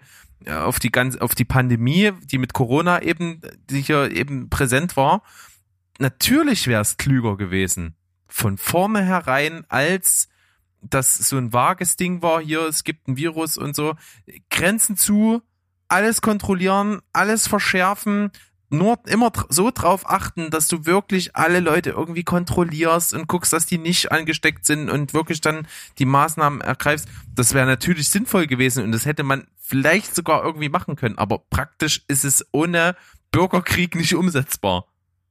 A: Pandemie, die mit Corona die hier eben präsent war. Natürlich wäre es klüger gewesen, von vornherein, als das so ein vages Ding war, hier, es gibt ein Virus und so, Grenzen zu, alles kontrollieren, alles verschärfen, nur immer so drauf achten, dass du wirklich alle Leute irgendwie kontrollierst und guckst, dass die nicht angesteckt sind und wirklich dann die Maßnahmen ergreifst. Das wäre natürlich sinnvoll gewesen und das hätte man vielleicht sogar irgendwie machen können, aber praktisch ist es ohne Bürgerkrieg nicht umsetzbar.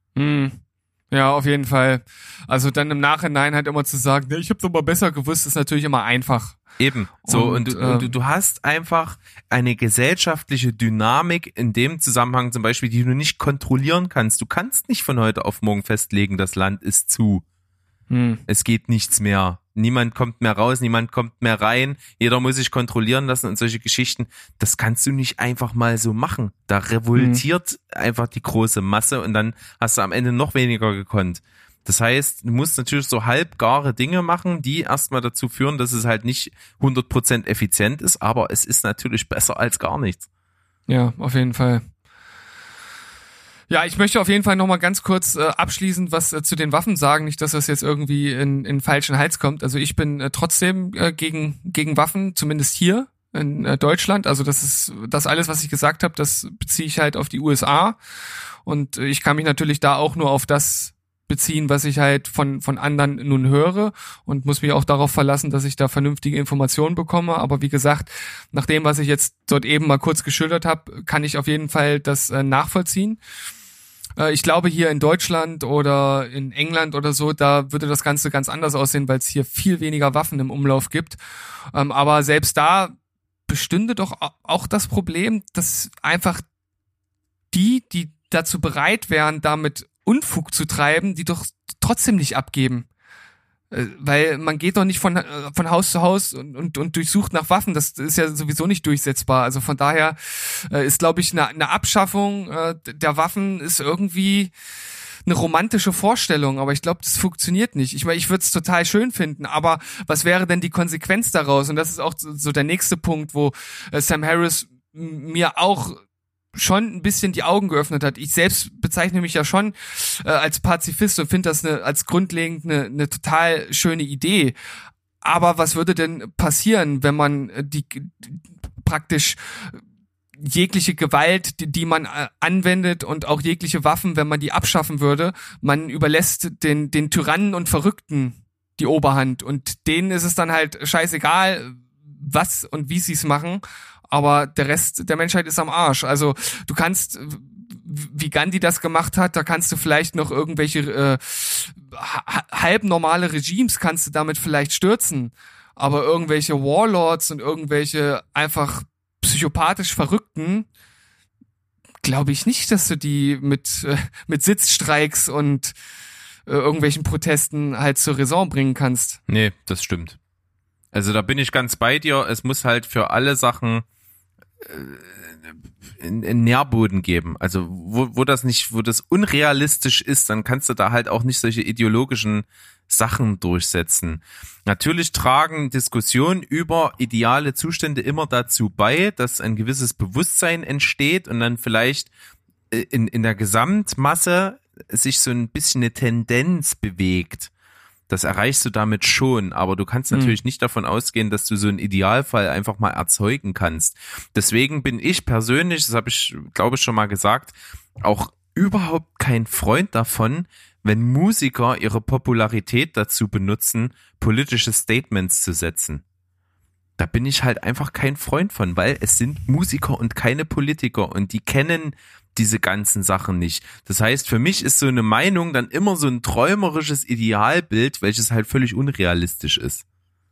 B: Ja, auf jeden Fall. Also dann im Nachhinein halt immer zu sagen, ne, ich hab's aber besser gewusst, ist natürlich immer einfach.
A: Eben. So, und du hast einfach eine gesellschaftliche Dynamik in dem Zusammenhang zum Beispiel, die du nicht kontrollieren kannst. Du kannst nicht von heute auf morgen festlegen, das Land ist zu. Es geht nichts mehr. niemand kommt mehr raus, niemand kommt mehr rein, jeder muss sich kontrollieren lassen und solche Geschichten, das kannst du nicht einfach mal so machen. Da revoltiert einfach die große Masse und dann hast du am Ende noch weniger gekonnt. Das heißt, du musst natürlich so halbgare Dinge machen, die erstmal dazu führen, dass es halt nicht 100% effizient ist, aber es ist natürlich besser als gar nichts.
B: Ja, auf jeden Fall. Ja, ich möchte auf jeden Fall nochmal ganz kurz abschließend was zu den Waffen sagen, nicht, dass das jetzt irgendwie in falschen Hals kommt. Also ich bin trotzdem gegen Waffen, zumindest hier in Deutschland. Also das ist das alles, was ich gesagt habe, das beziehe ich halt auf die USA. Und ich kann mich natürlich da auch nur auf das beziehen, was ich halt von anderen nun höre und muss mich auch darauf verlassen, dass ich da vernünftige Informationen bekomme. Aber wie gesagt, nach dem, was ich jetzt dort eben mal kurz geschildert habe, kann ich auf jeden Fall das nachvollziehen. Ich glaube, hier in Deutschland oder in England oder so, da würde das Ganze ganz anders aussehen, weil es hier viel weniger Waffen im Umlauf gibt. Aber selbst da bestünde doch auch das Problem, dass einfach die dazu bereit wären, damit Unfug zu treiben, die doch trotzdem nicht abgeben. Weil man geht doch nicht von Haus zu Haus und durchsucht nach Waffen. Das ist ja sowieso nicht durchsetzbar. Also von daher ist, glaube ich, eine Abschaffung der Waffen ist irgendwie eine romantische Vorstellung. Aber ich glaube, das funktioniert nicht. Ich meine, ich würde es total schön finden. Aber was wäre denn die Konsequenz daraus? Und das ist auch so der nächste Punkt, wo Sam Harris mir auch schon ein bisschen die Augen geöffnet hat. Ich selbst bezeichne mich ja schon als Pazifist und finde das als grundlegend eine total schöne Idee. Aber was würde denn passieren, wenn man die praktisch jegliche Gewalt, die man anwendet und auch jegliche Waffen, wenn man die abschaffen würde, man überlässt den Tyrannen und Verrückten die Oberhand und denen ist es dann halt scheißegal, was und wie sie es machen. Aber der Rest der Menschheit ist am Arsch. Also du kannst, wie Gandhi das gemacht hat, da kannst du vielleicht noch irgendwelche halbnormale Regimes kannst du damit vielleicht stürzen. Aber irgendwelche Warlords und irgendwelche einfach psychopathisch Verrückten, glaube ich nicht, dass du die mit Sitzstreiks und irgendwelchen Protesten halt zur Raison bringen kannst.
A: Nee, das stimmt. Also da bin ich ganz bei dir. Es muss halt für alle Sachen einen Nährboden geben. Also wo das unrealistisch ist, dann kannst du da halt auch nicht solche ideologischen Sachen durchsetzen. Natürlich tragen Diskussionen über ideale Zustände immer dazu bei, dass ein gewisses Bewusstsein entsteht und dann vielleicht in der Gesamtmasse sich so ein bisschen eine Tendenz bewegt. Das erreichst du damit schon, aber du kannst natürlich nicht davon ausgehen, dass du so einen Idealfall einfach mal erzeugen kannst. Deswegen bin ich persönlich, das habe ich, glaube ich, schon mal gesagt, auch überhaupt kein Freund davon, wenn Musiker ihre Popularität dazu benutzen, politische Statements zu setzen. Da bin ich halt einfach kein Freund von, weil es sind Musiker und keine Politiker und die kennen diese ganzen Sachen nicht. Das heißt, für mich ist so eine Meinung dann immer so ein träumerisches Idealbild, welches halt völlig unrealistisch ist.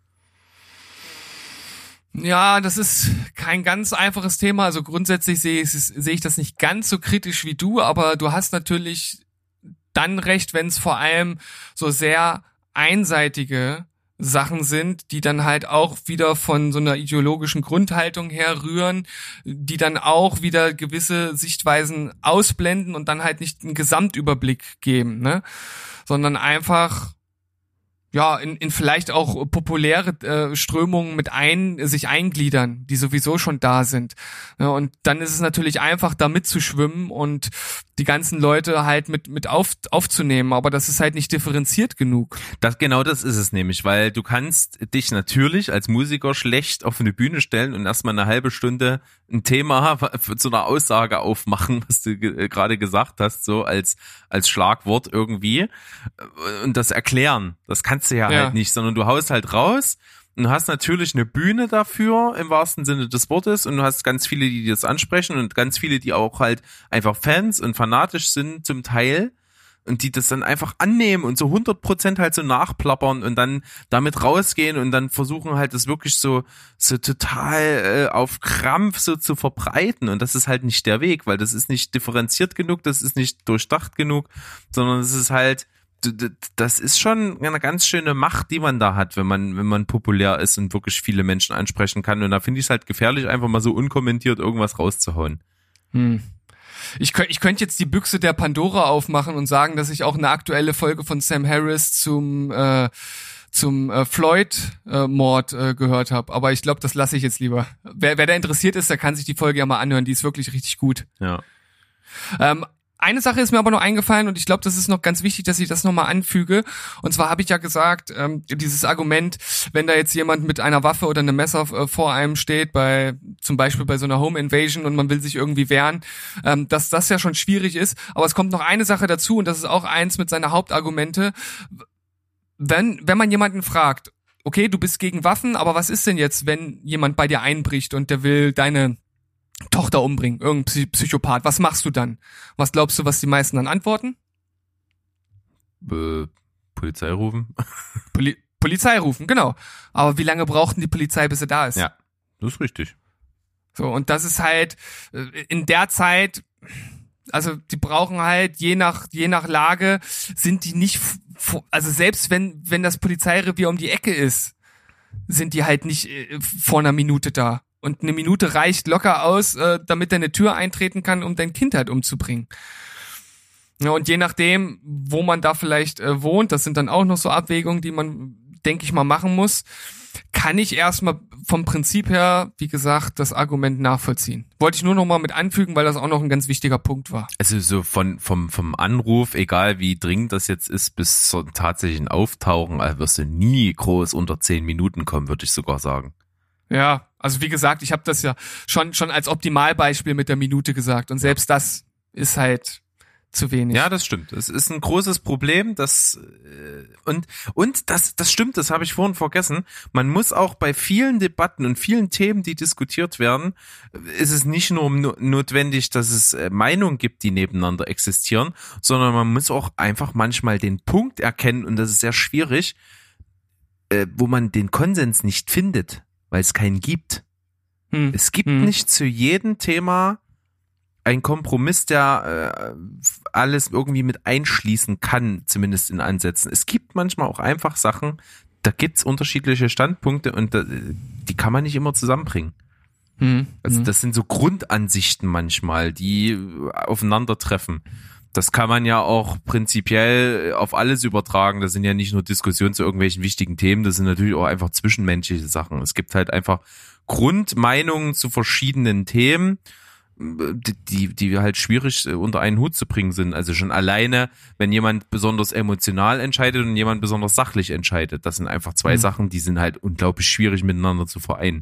B: Ja, das ist kein ganz einfaches Thema. Also grundsätzlich sehe ich das nicht ganz so kritisch wie du, aber du hast natürlich dann recht, wenn es vor allem so sehr einseitige Sachen sind, die dann halt auch wieder von so einer ideologischen Grundhaltung her rühren, die dann auch wieder gewisse Sichtweisen ausblenden und dann halt nicht einen Gesamtüberblick geben, ne? Sondern einfach ja in vielleicht auch populäre Strömungen sich eingliedern, die sowieso schon da sind. Ja, und dann ist es natürlich einfach, da mitzuschwimmen und die ganzen Leute halt mit aufzunehmen, aber das ist halt nicht differenziert genug.
A: Das ist es nämlich, weil du kannst dich natürlich als Musiker schlecht auf eine Bühne stellen und erstmal eine halbe Stunde ein Thema zu einer Aussage aufmachen, was du gerade gesagt hast, so als Schlagwort irgendwie und das erklären. Das kannst du ja halt nicht, sondern du haust halt raus. Und du hast natürlich eine Bühne dafür, im wahrsten Sinne des Wortes, und du hast ganz viele, die das ansprechen und ganz viele, die auch halt einfach Fans und fanatisch sind zum Teil und die das dann einfach annehmen und so 100% halt so nachplappern und dann damit rausgehen und dann versuchen halt das wirklich so total auf Krampf so zu verbreiten und das ist halt nicht der Weg, weil das ist nicht differenziert genug, das ist nicht durchdacht genug, sondern es ist halt das ist schon eine ganz schöne Macht, die man da hat, wenn man populär ist und wirklich viele Menschen ansprechen kann. Und da finde ich es halt gefährlich, einfach mal so unkommentiert irgendwas rauszuhauen.
B: Ich könnte jetzt die Büchse der Pandora aufmachen und sagen, dass ich auch eine aktuelle Folge von Sam Harris zum Floyd-Mord gehört habe. Aber ich glaube, das lasse ich jetzt lieber. Wer da interessiert ist, der kann sich die Folge ja mal anhören. Die ist wirklich richtig gut.
A: Ja.
B: Eine Sache ist mir aber noch eingefallen und ich glaube, das ist noch ganz wichtig, dass ich das nochmal anfüge. Und zwar habe ich ja gesagt, dieses Argument, wenn da jetzt jemand mit einer Waffe oder einem Messer vor einem steht, zum Beispiel bei so einer Home Invasion und man will sich irgendwie wehren, dass das ja schon schwierig ist. Aber es kommt noch eine Sache dazu und das ist auch eins mit seiner Hauptargumente. Wenn man jemanden fragt, okay, du bist gegen Waffen, aber was ist denn jetzt, wenn jemand bei dir einbricht und der will deine Tochter umbringen, irgendein Psychopath, was machst du dann? Was glaubst du, was die meisten dann antworten?
A: Polizei rufen.
B: Polizei rufen, genau. Aber wie lange braucht denn die Polizei, bis sie da ist?
A: Ja, das ist richtig.
B: So, und das ist halt in der Zeit, also die brauchen halt, je nach Lage, sind die nicht, also selbst wenn das Polizeirevier um die Ecke ist, sind die halt nicht vor einer Minute da. Und eine Minute reicht locker aus, damit er eine Tür eintreten kann, um dein Kind halt umzubringen. Ja, und je nachdem, wo man da vielleicht wohnt, das sind dann auch noch so Abwägungen, die man, denke ich mal, machen muss, kann ich erstmal vom Prinzip her, wie gesagt, das Argument nachvollziehen. Wollte ich nur noch mal mit anfügen, weil das auch noch ein ganz wichtiger Punkt war.
A: Also so vom Anruf, egal wie dringend das jetzt ist, bis zum tatsächlichen Auftauchen, wirst du nie groß unter 10 Minuten kommen, würde ich sogar sagen.
B: Ja, also wie gesagt, ich habe das ja schon als Optimalbeispiel mit der Minute gesagt und selbst das ist halt zu wenig.
A: Ja, das stimmt. Es ist ein großes Problem, und das stimmt, das habe ich vorhin vergessen. Man muss auch bei vielen Debatten und vielen Themen, die diskutiert werden, ist es nicht nur notwendig, dass es Meinungen gibt, die nebeneinander existieren, sondern man muss auch einfach manchmal den Punkt erkennen, und das ist sehr schwierig, wo man den Konsens nicht findet, weil es keinen gibt. Es gibt nicht zu jedem Thema ein Kompromiss, der alles irgendwie mit einschließen kann, zumindest in Ansätzen. Es gibt manchmal auch einfach Sachen, da gibt's unterschiedliche Standpunkte und die kann man nicht immer zusammenbringen. Also das sind so Grundansichten manchmal, die aufeinandertreffen. Das kann man ja auch prinzipiell auf alles übertragen. Das sind ja nicht nur Diskussionen zu irgendwelchen wichtigen Themen, das sind natürlich auch einfach zwischenmenschliche Sachen. Es gibt halt einfach Grundmeinungen zu verschiedenen Themen, die halt schwierig unter einen Hut zu bringen sind. Also schon alleine, wenn jemand besonders emotional entscheidet und jemand besonders sachlich entscheidet. Das sind einfach zwei Sachen, die sind halt unglaublich schwierig miteinander zu vereinen.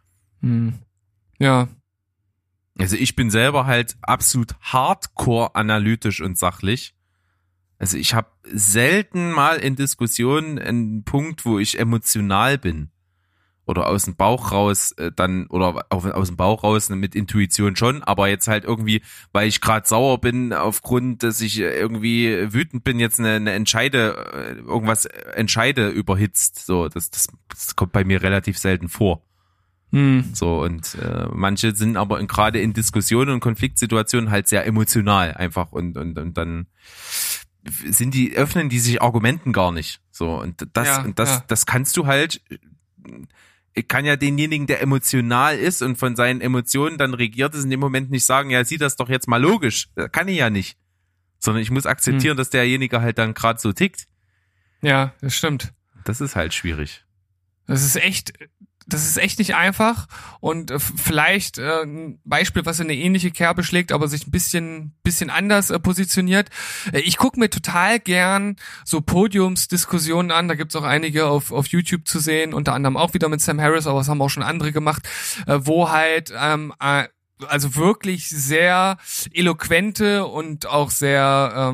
B: Ja.
A: Also ich bin selber halt absolut hardcore analytisch und sachlich. Also ich habe selten mal in Diskussionen einen Punkt, wo ich emotional bin. Oder aus dem Bauch raus aus dem Bauch raus mit Intuition schon, aber jetzt halt irgendwie, weil ich gerade sauer bin, aufgrund, dass ich irgendwie wütend bin, jetzt irgendwas entscheide überhitzt. So, das kommt bei mir relativ selten vor. So, und manche sind aber gerade in Diskussionen und Konfliktsituationen halt sehr emotional einfach und dann öffnen die sich Argumenten gar nicht. So, und das kannst du halt. Ich kann ja denjenigen, der emotional ist und von seinen Emotionen dann regiert ist, in dem Moment nicht sagen, ja, sieh das doch jetzt mal logisch. Das kann ich ja nicht. Sondern ich muss akzeptieren, dass derjenige halt dann gerade so tickt.
B: Ja, das stimmt.
A: Das ist halt schwierig.
B: Das ist echt nicht einfach und vielleicht ein Beispiel, was in eine ähnliche Kerbe schlägt, aber sich ein bisschen anders positioniert. Ich gucke mir total gern so Podiumsdiskussionen an, da gibt's auch einige auf YouTube zu sehen, unter anderem auch wieder mit Sam Harris, aber das haben auch schon andere gemacht, wo halt also wirklich sehr eloquente und auch sehr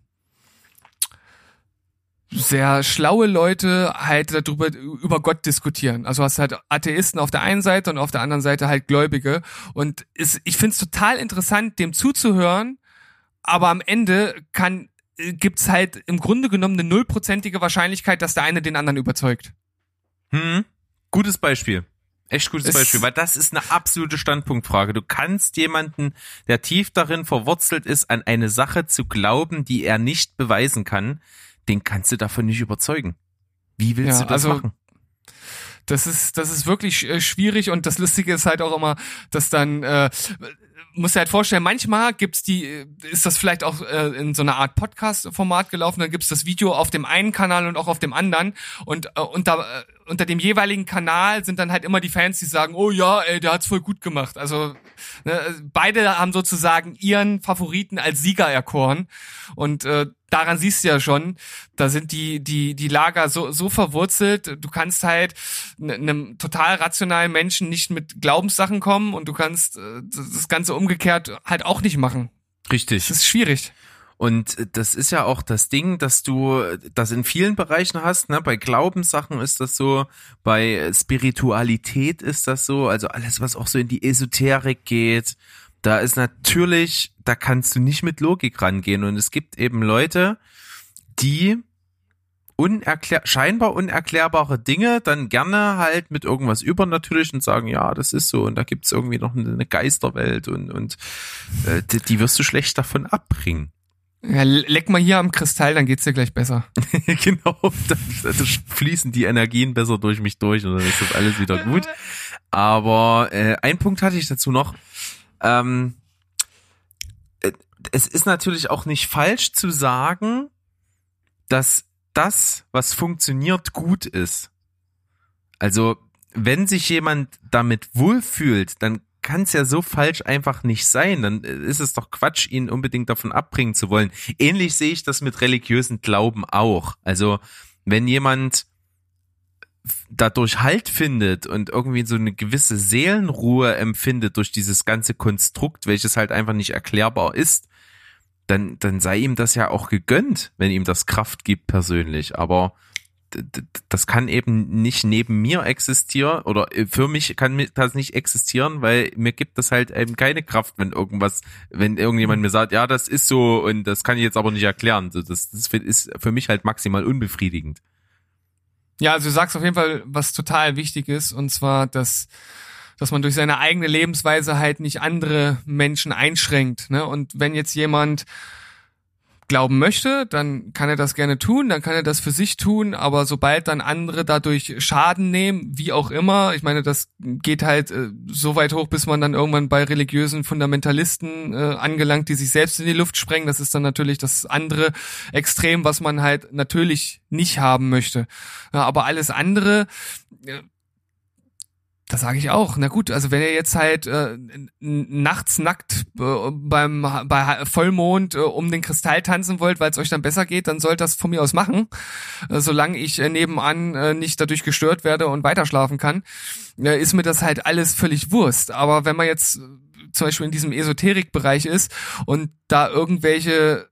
B: schlaue Leute halt über Gott diskutieren. Also hast halt Atheisten auf der einen Seite und auf der anderen Seite halt Gläubige. Und ich find's total interessant, dem zuzuhören, aber am Ende gibt's halt im Grunde genommen eine 0%ige Wahrscheinlichkeit, dass der eine den anderen überzeugt.
A: Gutes Beispiel. Echt gutes Beispiel, weil das ist eine absolute Standpunktfrage. Du kannst jemanden, der tief darin verwurzelt ist, an eine Sache zu glauben, die er nicht beweisen kann, den kannst du davon nicht überzeugen. Wie willst du das machen?
B: Das ist wirklich schwierig und das Lustige ist halt auch immer, dass dann musst dir halt vorstellen, manchmal ist das vielleicht auch in so einer Art Podcast-Format gelaufen, dann gibt's das Video auf dem einen Kanal und auch auf dem anderen und unter dem jeweiligen Kanal sind dann halt immer die Fans, die sagen, oh ja, ey, der hat's voll gut gemacht. Also beide haben sozusagen ihren Favoriten als Sieger erkoren und daran siehst du ja schon, da sind die Lager so verwurzelt, du kannst halt einem total rationalen Menschen nicht mit Glaubenssachen kommen und du kannst das Ganze umgekehrt halt auch nicht machen.
A: Richtig.
B: Das ist schwierig.
A: Und das ist ja auch das Ding, dass du das in vielen Bereichen hast, ne? Bei Glaubenssachen ist das so, bei Spiritualität ist das so, also alles, was auch so in die Esoterik geht, da ist natürlich, da kannst du nicht mit Logik rangehen und es gibt eben Leute, die scheinbar unerklärbare Dinge dann gerne halt mit irgendwas Übernatürlichem sagen, ja, das ist so und da gibt's irgendwie noch eine Geisterwelt und die wirst du schlecht davon abbringen.
B: Ja, leck mal hier am Kristall, dann geht's dir gleich besser.
A: Genau, dann fließen die Energien besser durch mich durch und dann ist das alles wieder gut. Aber ein Punkt hatte ich dazu noch. Es ist natürlich auch nicht falsch zu sagen, dass das, was funktioniert, gut ist. Also, wenn sich jemand damit wohlfühlt, dann kann es ja so falsch einfach nicht sein. Dann ist es doch Quatsch, ihn unbedingt davon abbringen zu wollen. Ähnlich sehe ich das mit religiösen Glauben auch. Also, wenn jemand dadurch Halt findet und irgendwie so eine gewisse Seelenruhe empfindet durch dieses ganze Konstrukt, welches halt einfach nicht erklärbar ist, dann sei ihm das ja auch gegönnt, wenn ihm das Kraft gibt persönlich. Aber das kann eben nicht neben mir existieren oder für mich kann das nicht existieren, weil mir gibt das halt eben keine Kraft, wenn irgendjemand mir sagt, ja, das ist so und das kann ich jetzt aber nicht erklären. Das ist für mich halt maximal unbefriedigend.
B: Ja, also du sagst auf jeden Fall, was total wichtig ist, und zwar, dass man durch seine eigene Lebensweise halt nicht andere Menschen einschränkt, ne? Und wenn jetzt jemand glauben möchte, dann kann er das gerne tun, dann kann er das für sich tun, aber sobald dann andere dadurch Schaden nehmen, wie auch immer, ich meine, das geht halt so weit hoch, bis man dann irgendwann bei religiösen Fundamentalisten angelangt, die sich selbst in die Luft sprengen, das ist dann natürlich das andere Extrem, was man halt natürlich nicht haben möchte. Ja, aber alles andere, das sage ich auch. Na gut, also wenn er jetzt halt nachts nackt bei Vollmond um den Kristall tanzen wollt, weil es euch dann besser geht, dann sollt das von mir aus machen, solange ich nebenan nicht dadurch gestört werde und weiter schlafen kann, ist mir das halt alles völlig Wurst. Aber wenn man jetzt zum Beispiel in diesem Esoterikbereich ist und da irgendwelche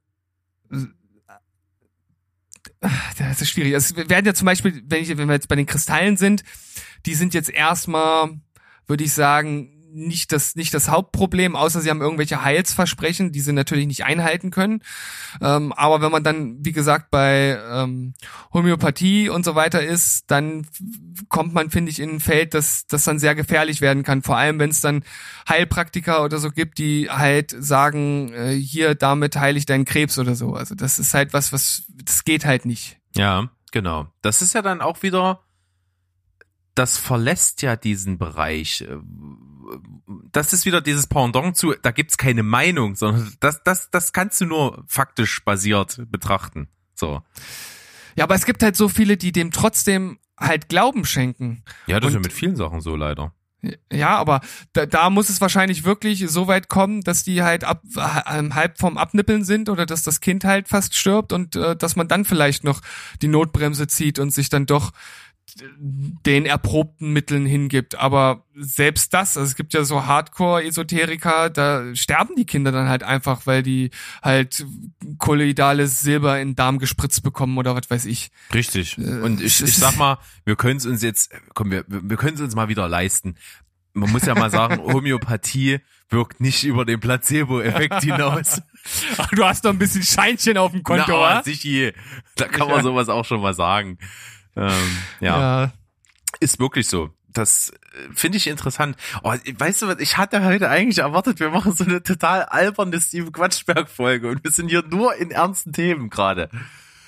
B: das ist schwierig. Es werden ja zum Beispiel, wenn wir jetzt bei den Kristallen sind, die sind jetzt erstmal, würde ich sagen, nicht das Hauptproblem, außer sie haben irgendwelche Heilsversprechen, die sie natürlich nicht einhalten können. Aber wenn man dann, wie gesagt, bei Homöopathie und so weiter ist, dann kommt man, finde ich, in ein Feld, das dann sehr gefährlich werden kann. Vor allem, wenn es dann Heilpraktiker oder so gibt, die halt sagen, hier, damit heile ich deinen Krebs oder so. Also das ist halt was das geht halt nicht.
A: Ja, genau. Das ist ja dann auch wieder, das verlässt ja diesen Bereich. Das ist wieder dieses Pendant zu, da gibt's keine Meinung, sondern das kannst du nur faktisch basiert betrachten. So.
B: Ja, aber es gibt halt so viele, die dem trotzdem halt Glauben schenken.
A: Ja, das ist ja mit vielen Sachen so leider.
B: Ja, aber da muss es wahrscheinlich wirklich so weit kommen, dass die halt halb vom Abnippeln sind oder dass das Kind halt fast stirbt und dass man dann vielleicht noch die Notbremse zieht und sich dann doch den erprobten Mitteln hingibt. Aber selbst das, also es gibt ja so Hardcore-Esoteriker, da sterben die Kinder dann halt einfach, weil die halt kolloidales Silber in den Darm gespritzt bekommen oder was weiß ich.
A: Richtig. Und ich sag mal, wir können es uns jetzt, wir können es uns mal wieder leisten. Man muss ja mal sagen, Homöopathie wirkt nicht über den Placebo-Effekt hinaus.
B: Ach, du hast doch ein bisschen Scheinchen auf dem Konto, oder?
A: Sicher. Da kann man sowas auch schon mal sagen. Ja, ist wirklich so. Das finde ich interessant. Oh, weißt du was, ich hatte heute eigentlich erwartet, wir machen so eine total alberne Steven Quatschberg-Folge und wir sind hier nur in ernsten Themen gerade.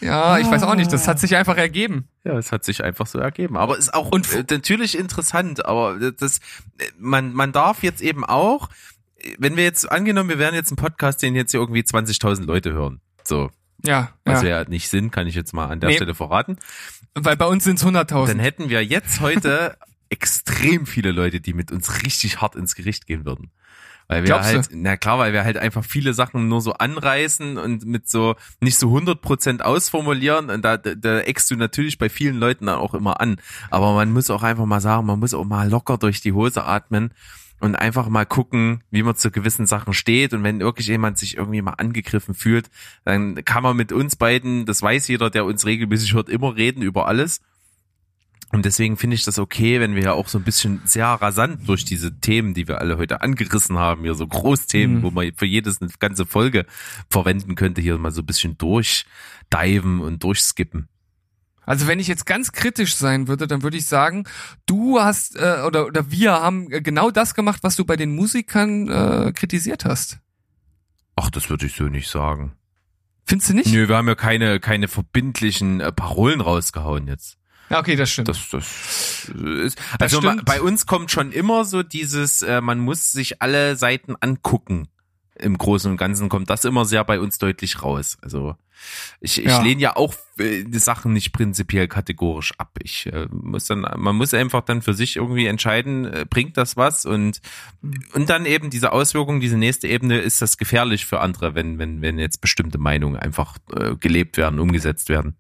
B: Ja, ich weiß auch nicht, das hat sich einfach ergeben.
A: Ja, es hat sich einfach so ergeben. Aber ist auch natürlich interessant, aber man darf jetzt eben auch, wenn wir jetzt angenommen, wir wären jetzt ein Podcast, den jetzt hier irgendwie 20.000 Leute hören. So.
B: Ja.
A: Was wir ja nicht sind, kann ich jetzt mal an der Stelle verraten.
B: Weil bei uns sind es 100.000.
A: Dann hätten wir jetzt heute extrem viele Leute, die mit uns richtig hart ins Gericht gehen würden. Weil wir weil wir halt einfach viele Sachen nur so anreißen und mit so nicht so 100% ausformulieren und da eckst du natürlich bei vielen Leuten dann auch immer an. Aber man muss auch einfach mal sagen, man muss auch mal locker durch die Hose atmen und einfach mal gucken, wie man zu gewissen Sachen steht. Und wenn wirklich jemand sich irgendwie mal angegriffen fühlt, dann kann man mit uns beiden, das weiß jeder, der uns regelmäßig hört, immer reden über alles. Und deswegen finde ich das okay, wenn wir ja auch so ein bisschen sehr rasant durch diese Themen, die wir alle heute angerissen haben, hier so Großthemen, wo man für jedes eine ganze Folge verwenden könnte, hier mal so ein bisschen durchdiven und durchskippen.
B: Also wenn ich jetzt ganz kritisch sein würde, dann würde ich sagen, du hast oder wir haben genau das gemacht, was du bei den Musikern kritisiert hast.
A: Ach, das würde ich so nicht sagen.
B: Findest du nicht?
A: Nö, wir haben ja keine verbindlichen Parolen rausgehauen jetzt.
B: Ja, okay, das stimmt.
A: Das ist, also bei uns kommt schon immer so dieses, man muss sich alle Seiten angucken. Im Großen und Ganzen kommt das immer sehr bei uns deutlich raus. Also ich lehne ja auch die Sachen nicht prinzipiell kategorisch ab. Man muss einfach dann für sich irgendwie entscheiden, bringt das was und dann eben diese Auswirkungen, diese nächste Ebene, ist das gefährlich für andere, wenn jetzt bestimmte Meinungen einfach gelebt werden, umgesetzt werden.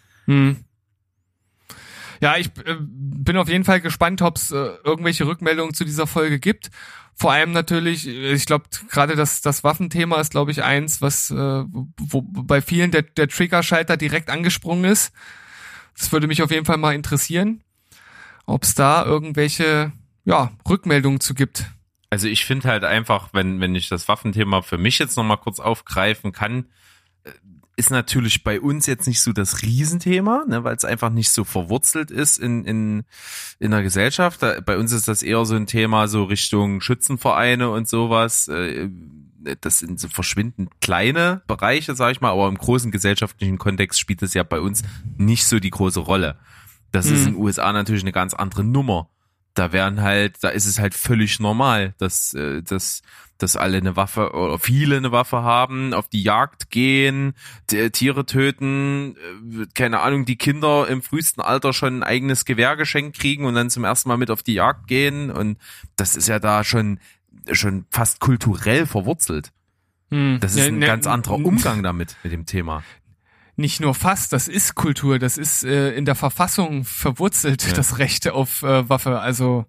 B: Ja, ich bin auf jeden Fall gespannt, ob es irgendwelche Rückmeldungen zu dieser Folge gibt. Vor allem natürlich, ich glaube, gerade das Waffenthema ist, glaube ich, eins, was wo bei vielen der Triggerschalter direkt angesprungen ist. Das würde mich auf jeden Fall mal interessieren, ob es da irgendwelche Rückmeldungen zu gibt.
A: Also ich finde halt einfach, wenn ich das Waffenthema für mich jetzt nochmal kurz aufgreifen kann, ist natürlich bei uns jetzt nicht so das Riesenthema, ne, weil es einfach nicht so verwurzelt ist in der Gesellschaft. Bei uns ist das eher so ein Thema so Richtung Schützenvereine und sowas. Das sind so verschwindend kleine Bereiche, sag ich mal, aber im großen gesellschaftlichen Kontext spielt das ja bei uns nicht so die große Rolle. Das ist in den USA natürlich eine ganz andere Nummer. Da ist es halt völlig normal, dass alle eine Waffe oder viele eine Waffe haben, auf die Jagd gehen, Tiere töten, keine Ahnung, die Kinder im frühesten Alter schon ein eigenes Gewehr geschenkt kriegen und dann zum ersten Mal mit auf die Jagd gehen und das ist ja da schon fast kulturell verwurzelt. Das ist ein ganz anderer Umgang mit dem Thema.
B: Nicht nur fast, das ist Kultur, das ist in der Verfassung verwurzelt, das Recht auf Waffe, also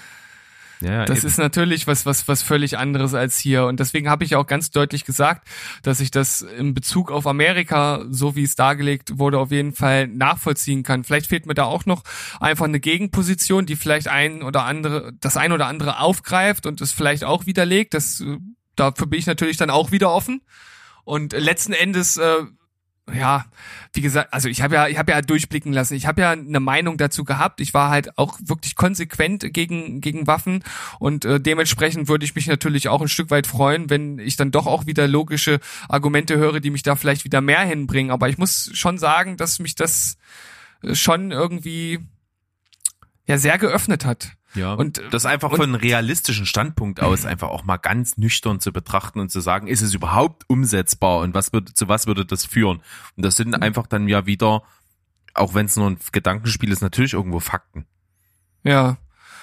B: das ist natürlich was völlig anderes als hier und deswegen habe ich auch ganz deutlich gesagt, dass ich das in Bezug auf Amerika, so wie es dargelegt wurde, auf jeden Fall nachvollziehen kann. Vielleicht fehlt mir da auch noch einfach eine Gegenposition, die vielleicht das ein oder andere aufgreift und es vielleicht auch widerlegt. Dafür bin ich natürlich dann auch wieder offen und letzten Endes wie gesagt, also ich habe ja durchblicken lassen. Ich habe ja eine Meinung dazu gehabt. Ich war halt auch wirklich konsequent gegen Waffen und dementsprechend würde ich mich natürlich auch ein Stück weit freuen, wenn ich dann doch auch wieder logische Argumente höre, die mich da vielleicht wieder mehr hinbringen. Aber ich muss schon sagen, dass mich das schon irgendwie sehr geöffnet hat.
A: Ja, und das einfach von einem realistischen Standpunkt aus einfach auch mal ganz nüchtern zu betrachten und zu sagen, ist es überhaupt umsetzbar und zu was würde das führen? Und das sind einfach dann ja wieder, auch wenn es nur ein Gedankenspiel ist, natürlich irgendwo Fakten.
B: Ja.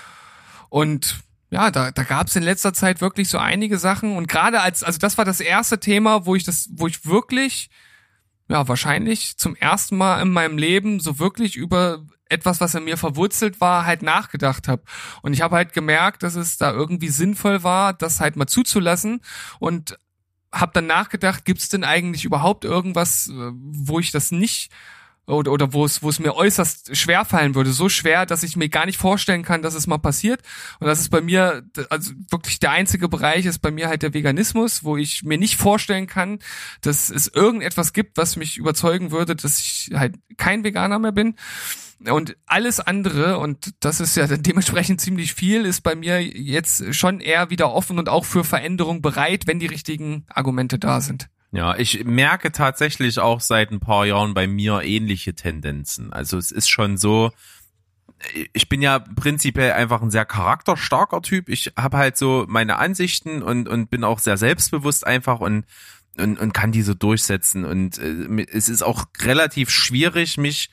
B: Und da gab es in letzter Zeit wirklich so einige Sachen und gerade also das war das erste Thema, wo ich wirklich wahrscheinlich zum ersten Mal in meinem Leben so wirklich über etwas, was in mir verwurzelt war, halt nachgedacht habe. Und ich habe halt gemerkt, dass es da irgendwie sinnvoll war, das halt mal zuzulassen und habe dann nachgedacht, gibt es denn eigentlich überhaupt irgendwas, wo ich das nicht oder wo es mir äußerst schwer fallen würde, so schwer, dass ich mir gar nicht vorstellen kann, dass es mal passiert. Und das ist bei mir, also wirklich der einzige Bereich ist bei mir halt der Veganismus, wo ich mir nicht vorstellen kann, dass es irgendetwas gibt, was mich überzeugen würde, dass ich halt kein Veganer mehr bin. Und alles andere, und das ist ja dementsprechend ziemlich viel, ist bei mir jetzt schon eher wieder offen und auch für Veränderung bereit, wenn die richtigen Argumente da sind.
A: Ja, ich merke tatsächlich auch seit ein paar Jahren bei mir ähnliche Tendenzen. Also es ist schon so, ich bin ja prinzipiell einfach ein sehr charakterstarker Typ. Ich habe halt so meine Ansichten und bin auch sehr selbstbewusst einfach und kann diese durchsetzen. Und es ist auch relativ schwierig, mich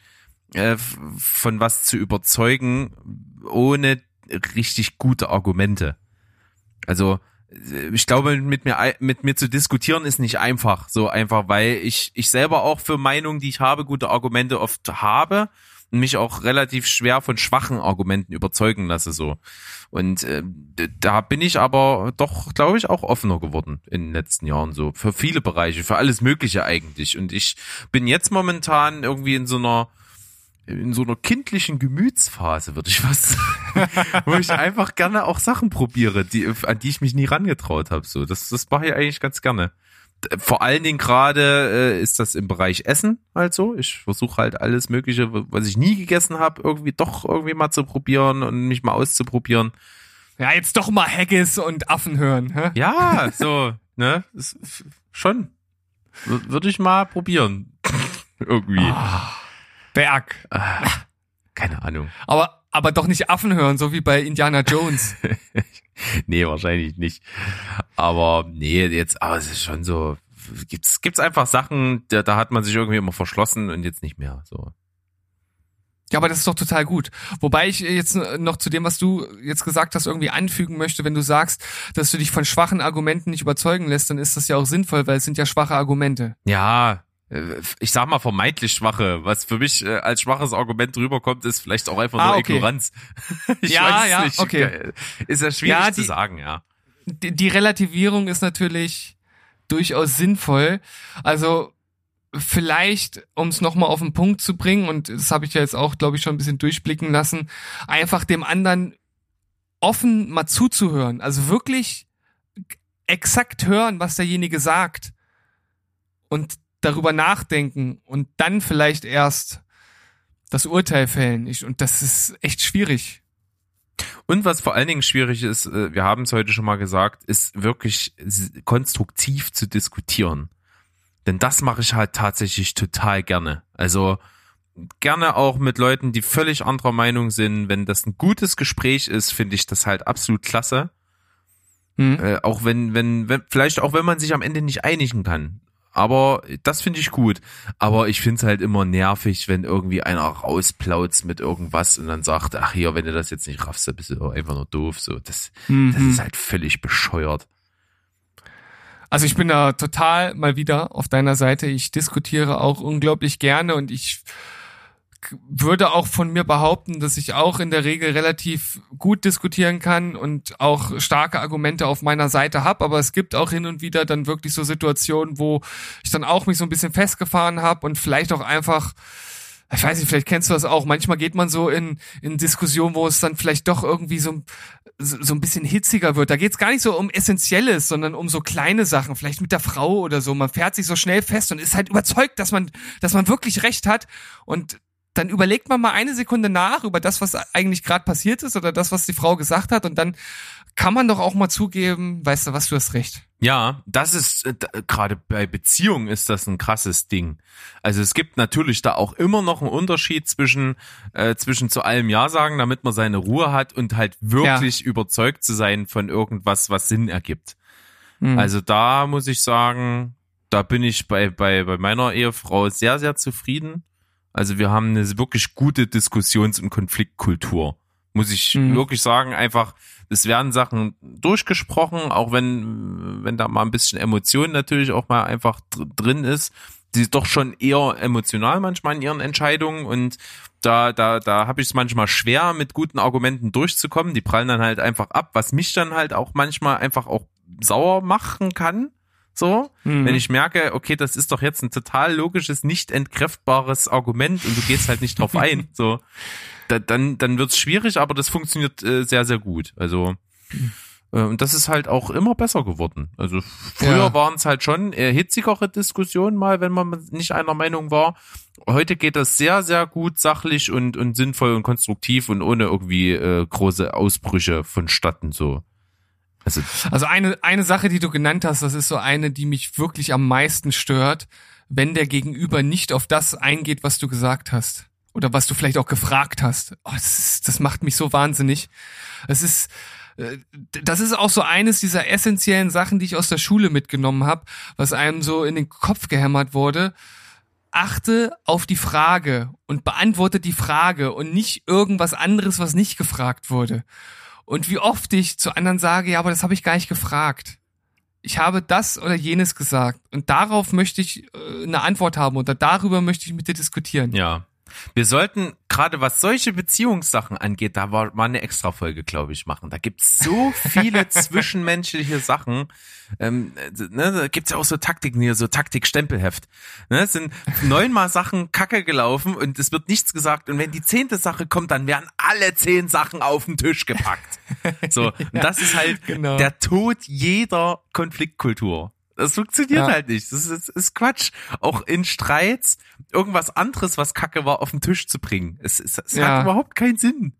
A: von was zu überzeugen, ohne richtig gute Argumente. Also ich glaube, mit mir zu diskutieren ist nicht einfach, so einfach, weil ich selber auch für Meinungen, die ich habe, gute Argumente oft habe und mich auch relativ schwer von schwachen Argumenten überzeugen lasse, so. Und da bin ich aber doch, glaube ich, auch offener geworden in den letzten Jahren, so für viele Bereiche, für alles Mögliche eigentlich. Und ich bin jetzt momentan irgendwie in so einer kindlichen Gemütsphase, würde ich was sagen, wo ich einfach gerne auch Sachen probiere, an die ich mich nie rangetraut habe. So, das mache ich eigentlich ganz gerne. Vor allen Dingen gerade ist das im Bereich Essen halt so. Ich versuche halt alles Mögliche, was ich nie gegessen habe, irgendwie mal zu probieren und mich mal auszuprobieren.
B: Ja, jetzt doch mal Haggis und Affen hören. Hä?
A: Ja, so, ne? Schon. Würde ich mal probieren. Irgendwie.
B: Berg.
A: Keine Ahnung.
B: Aber doch nicht Affen hören, so wie bei Indiana Jones.
A: Nee, wahrscheinlich nicht. Aber es ist schon so, gibt's einfach Sachen, da hat man sich irgendwie immer verschlossen und jetzt nicht mehr, so.
B: Ja, aber das ist doch total gut. Wobei ich jetzt noch zu dem, was du jetzt gesagt hast, irgendwie anfügen möchte, wenn du sagst, dass du dich von schwachen Argumenten nicht überzeugen lässt, dann ist das ja auch sinnvoll, weil es sind ja schwache Argumente.
A: Ja, ich sag mal vermeintlich schwache. Was für mich als schwaches Argument rüberkommt, ist vielleicht auch einfach nur Ignoranz. Ich weiß es nicht.
B: Okay.
A: Ist ja schwierig zu sagen, ja.
B: Die Relativierung ist natürlich durchaus sinnvoll. Also vielleicht, um es nochmal auf den Punkt zu bringen, und das habe ich ja jetzt auch, glaube ich, schon ein bisschen durchblicken lassen, einfach dem anderen offen mal zuzuhören. Also wirklich exakt hören, was derjenige sagt. Und darüber nachdenken und dann vielleicht erst das Urteil fällen. Und das ist echt schwierig.
A: Und was vor allen Dingen schwierig ist, wir haben es heute schon mal gesagt, ist wirklich konstruktiv zu diskutieren. Denn das mache ich halt tatsächlich total gerne. Also gerne auch mit Leuten, die völlig anderer Meinung sind. Wenn das ein gutes Gespräch ist, finde ich das halt absolut klasse. Auch wenn vielleicht auch wenn man sich am Ende nicht einigen kann. Aber das finde ich gut. Aber ich finde es halt immer nervig, wenn irgendwie einer rausplautzt mit irgendwas und dann sagt, ach hier, wenn du das jetzt nicht raffst, dann bist du einfach nur doof. So, das ist halt völlig bescheuert.
B: Also ich bin da total mal wieder auf deiner Seite. Ich diskutiere auch unglaublich gerne und ich würde auch von mir behaupten, dass ich auch in der Regel relativ gut diskutieren kann und auch starke Argumente auf meiner Seite habe, aber es gibt auch hin und wieder dann wirklich so Situationen, wo ich dann auch mich so ein bisschen festgefahren habe und vielleicht auch einfach, ich weiß nicht, vielleicht kennst du das auch, manchmal geht man so in Diskussionen, wo es dann vielleicht doch irgendwie so ein bisschen hitziger wird. Da geht's gar nicht so um Essentielles, sondern um so kleine Sachen, vielleicht mit der Frau oder so. Man fährt sich so schnell fest und ist halt überzeugt, dass man wirklich recht hat und dann überlegt man mal eine Sekunde nach über das, was eigentlich gerade passiert ist oder das, was die Frau gesagt hat und dann kann man doch auch mal zugeben, weißt du was, du hast recht.
A: Ja, das ist, gerade bei Beziehungen ist das ein krasses Ding. Also es gibt natürlich da auch immer noch einen Unterschied zwischen zu allem Ja sagen, damit man seine Ruhe hat und halt wirklich überzeugt zu sein von irgendwas, was Sinn ergibt. Also da muss ich sagen, da bin ich bei meiner Ehefrau sehr, sehr zufrieden. Also wir haben eine wirklich gute Diskussions- und Konfliktkultur. Muss ich wirklich sagen, einfach, es werden Sachen durchgesprochen, auch wenn da mal ein bisschen Emotion natürlich auch mal einfach drin ist. Die ist doch schon eher emotional manchmal in ihren Entscheidungen und da habe ich es manchmal schwer, mit guten Argumenten durchzukommen. Die prallen dann halt einfach ab, was mich dann halt auch manchmal einfach auch sauer machen kann. So, wenn ich merke, okay, das ist doch jetzt ein total logisches, nicht entkräftbares Argument und du gehst halt nicht drauf ein, so, dann wird's schwierig, aber das funktioniert sehr, sehr gut. Also, und das ist halt auch immer besser geworden. Also früher waren es halt schon eher hitzigere Diskussionen mal, wenn man nicht einer Meinung war. Heute geht das sehr, sehr gut, sachlich und sinnvoll und konstruktiv und ohne irgendwie große Ausbrüche vonstatten, so.
B: Also eine Sache, die du genannt hast, das ist so eine, die mich wirklich am meisten stört, wenn der Gegenüber nicht auf das eingeht, was du gesagt hast. Oder was du vielleicht auch gefragt hast. Oh, das macht mich so wahnsinnig. Das ist auch so eines dieser essentiellen Sachen, die ich aus der Schule mitgenommen habe, was einem so in den Kopf gehämmert wurde. Achte auf die Frage und beantworte die Frage und nicht irgendwas anderes, was nicht gefragt wurde. Und wie oft ich zu anderen sage, ja, aber das habe ich gar nicht gefragt. Ich habe das oder jenes gesagt und darauf möchte ich eine Antwort haben oder darüber möchte ich mit dir diskutieren.
A: Ja. Wir sollten, gerade was solche Beziehungssachen angeht, da war mal eine Extra-Folge, glaube ich, machen. Da gibt's so viele zwischenmenschliche Sachen. Da gibt's ja auch so Taktiken hier, so Taktik-Stempelheft. Es sind 9-mal Sachen Kacke gelaufen und es wird nichts gesagt. Und wenn die 10. Sache kommt, dann werden alle 10 Sachen auf den Tisch gepackt. So, und das ist halt der Tod jeder Konfliktkultur. Das funktioniert halt nicht. Das ist Quatsch. Auch in Streits irgendwas anderes, was Kacke war, auf den Tisch zu bringen. Es hat überhaupt keinen Sinn.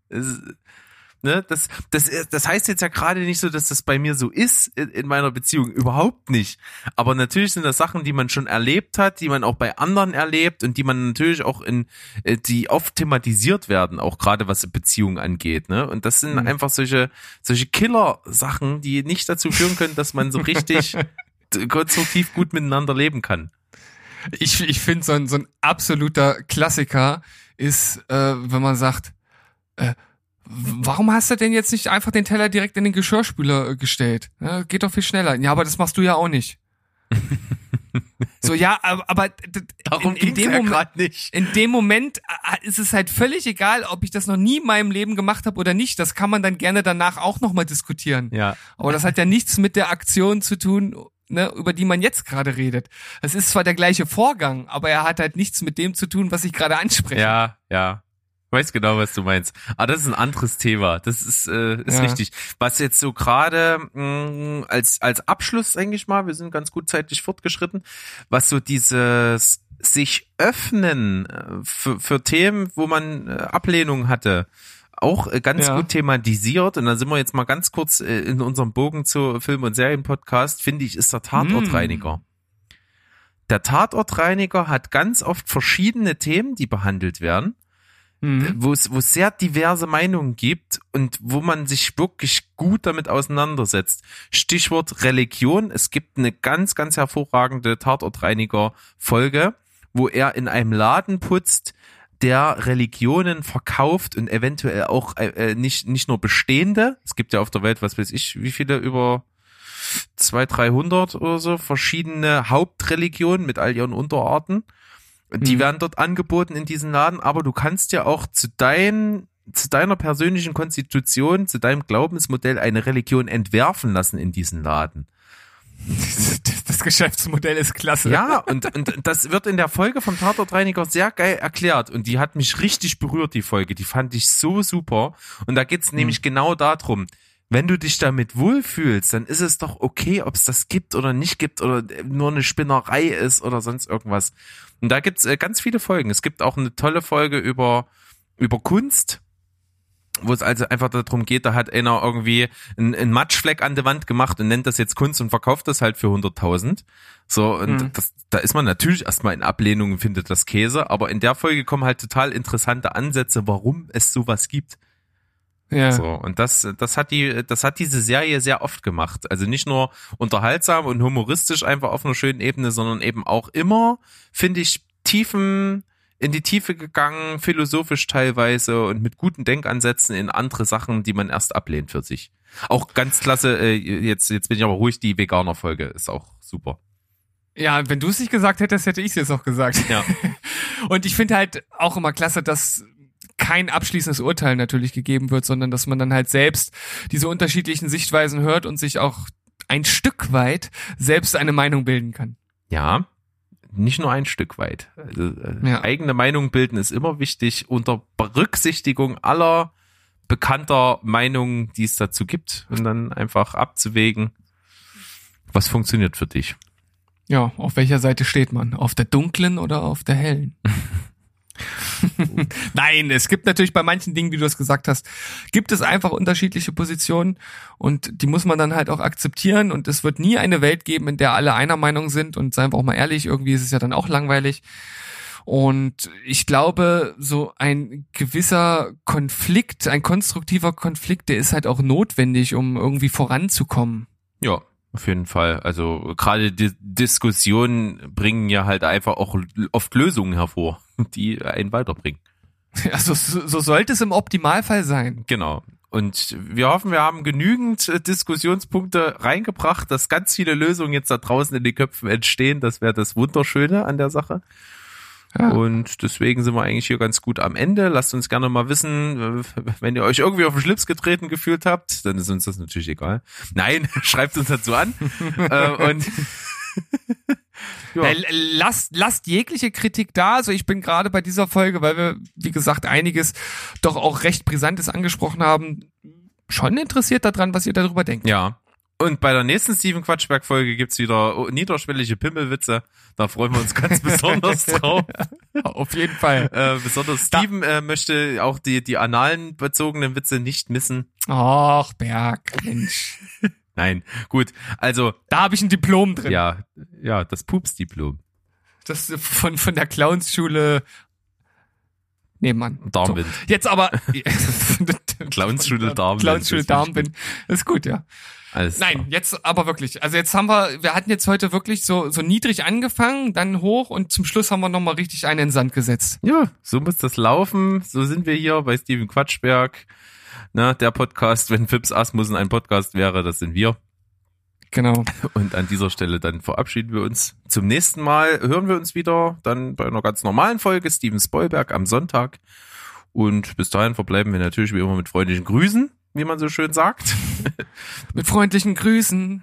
A: Das heißt jetzt ja gerade nicht so, dass das bei mir so ist in meiner Beziehung. Überhaupt nicht. Aber natürlich sind das Sachen, die man schon erlebt hat, die man auch bei anderen erlebt und die man natürlich auch die oft thematisiert werden, auch gerade was Beziehungen angeht. Ne? Und das sind einfach solche Killer-Sachen, die nicht dazu führen können, dass man so richtig konstruktiv gut miteinander leben kann.
B: Ich finde so ein absoluter Klassiker ist, wenn man sagt, warum hast du denn jetzt nicht einfach den Teller direkt in den Geschirrspüler gestellt? Ja, geht doch viel schneller. Ja, aber das machst du ja auch nicht. So, ja, aber in dem Moment ist es halt völlig egal, ob ich das noch nie in meinem Leben gemacht habe oder nicht. Das kann man dann gerne danach auch nochmal diskutieren.
A: Ja.
B: Aber das hat ja nichts mit der Aktion zu tun, ne, über die man jetzt gerade redet. Es ist zwar der gleiche Vorgang, aber er hat halt nichts mit dem zu tun, was ich gerade anspreche.
A: Ja. Ich weiß genau, was du meinst. Aber das ist ein anderes Thema. Das ist richtig. Was jetzt so gerade als Abschluss, denke ich mal, wir sind ganz gut zeitlich fortgeschritten, was so dieses sich öffnen für Themen, wo man Ablehnung hatte, auch ganz gut thematisiert. Und da sind wir jetzt mal ganz kurz in unserem Bogen zu Film- und Serienpodcast, finde ich, ist der Tatortreiniger. Der Tatortreiniger hat ganz oft verschiedene Themen, die behandelt werden, wo es sehr diverse Meinungen gibt und wo man sich wirklich gut damit auseinandersetzt. Stichwort Religion. Es gibt eine ganz, ganz hervorragende Tatortreiniger-Folge, wo er in einem Laden putzt, der Religionen verkauft und eventuell auch nicht nur bestehende. Es gibt ja auf der Welt, was weiß ich, wie viele, über 200, 300 oder so, verschiedene Hauptreligionen mit all ihren Unterarten. Die werden dort angeboten in diesem Laden, aber du kannst ja auch zu deiner persönlichen Konstitution, zu deinem Glaubensmodell eine Religion entwerfen lassen in diesem Laden.
B: Das Geschäftsmodell ist klasse.
A: Ja, und das wird in der Folge vom Tatortreiniger sehr geil erklärt und die hat mich richtig berührt, die Folge. Die fand ich so super und da geht's nämlich genau darum, wenn du dich damit wohlfühlst, dann ist es doch okay, ob es das gibt oder nicht gibt oder nur eine Spinnerei ist oder sonst irgendwas. Und da gibt's ganz viele Folgen. Es gibt auch eine tolle Folge über Kunst, wo es also einfach darum geht, da hat einer irgendwie einen Matschfleck an der Wand gemacht und nennt das jetzt Kunst und verkauft das halt für 100.000. So, und da ist man natürlich erstmal in Ablehnung und findet das Käse, aber in der Folge kommen halt total interessante Ansätze, warum es sowas gibt. Ja. So, und das hat diese Serie sehr oft gemacht. Also nicht nur unterhaltsam und humoristisch einfach auf einer schönen Ebene, sondern eben auch immer, finde ich, in die Tiefe gegangen, philosophisch teilweise und mit guten Denkansätzen in andere Sachen, die man erst ablehnt für sich. Auch ganz klasse, jetzt bin ich aber ruhig, die Veganer-Folge ist auch super.
B: Ja, wenn du es nicht gesagt hättest, hätte ich es jetzt auch gesagt.
A: Ja.
B: Und ich finde halt auch immer klasse, dass kein abschließendes Urteil natürlich gegeben wird, sondern dass man dann halt selbst diese unterschiedlichen Sichtweisen hört und sich auch ein Stück weit selbst eine Meinung bilden kann.
A: Ja, nicht nur ein Stück weit. Also, eigene Meinung bilden ist immer wichtig, unter Berücksichtigung aller bekannter Meinungen, die es dazu gibt, und dann einfach abzuwägen, was funktioniert für dich.
B: Ja, auf welcher Seite steht man? Auf der dunklen oder auf der hellen? Nein, es gibt natürlich bei manchen Dingen, wie du es gesagt hast, gibt es einfach unterschiedliche Positionen und die muss man dann halt auch akzeptieren und es wird nie eine Welt geben, in der alle einer Meinung sind und seien wir auch mal ehrlich, irgendwie ist es ja dann auch langweilig. Und ich glaube, so ein gewisser Konflikt, ein konstruktiver Konflikt, der ist halt auch notwendig, um irgendwie voranzukommen.
A: Ja, auf jeden Fall. Also gerade die Diskussionen bringen ja halt einfach auch oft Lösungen hervor, die einen weiterbringen.
B: Also so sollte es im Optimalfall sein.
A: Genau. Und wir hoffen, wir haben genügend Diskussionspunkte reingebracht, dass ganz viele Lösungen jetzt da draußen in den Köpfen entstehen. Das wäre das Wunderschöne an der Sache. Ja. Und deswegen sind wir eigentlich hier ganz gut am Ende. Lasst uns gerne mal wissen, wenn ihr euch irgendwie auf den Schlips getreten gefühlt habt, dann ist uns das natürlich egal. Nein, schreibt uns dazu an. Und
B: ja. Lasst jegliche Kritik da. Also ich bin gerade bei dieser Folge, weil wir, wie gesagt, einiges doch auch recht Brisantes angesprochen haben, schon interessiert daran, was ihr darüber denkt.
A: Ja. Und bei der nächsten Steven Quatschberg-Folge gibt's wieder niederschwellige Pimmelwitze. Da freuen wir uns ganz besonders drauf.
B: Auf jeden Fall.
A: Besonders Steven möchte auch die analen bezogenen Witze nicht missen.
B: Ach, Berg, Mensch.
A: Nein, gut. Also
B: da habe ich ein Diplom drin.
A: Ja, das Pups-Diplom.
B: Das von der Clownsschule nebenan.
A: Darmwind.
B: So, jetzt aber
A: Clownsschule Darmwind.
B: Clownsschule Darmwind. Ist gut, ja.
A: Alles
B: Nein,
A: klar.
B: jetzt aber wirklich. Also jetzt wir hatten jetzt heute wirklich so niedrig angefangen, dann hoch und zum Schluss haben wir nochmal richtig einen in den Sand gesetzt.
A: Ja, so muss das laufen. So sind wir hier bei Steven Quatschberg. Na, der Podcast, wenn Fips Asmussen ein Podcast wäre, das sind wir.
B: Genau.
A: Und an dieser Stelle dann verabschieden wir uns. Zum nächsten Mal hören wir uns wieder dann bei einer ganz normalen Folge Steven Spoilberg am Sonntag. Und bis dahin verbleiben wir natürlich wie immer mit freundlichen Grüßen, wie man so schön sagt.
B: Mit freundlichen Grüßen.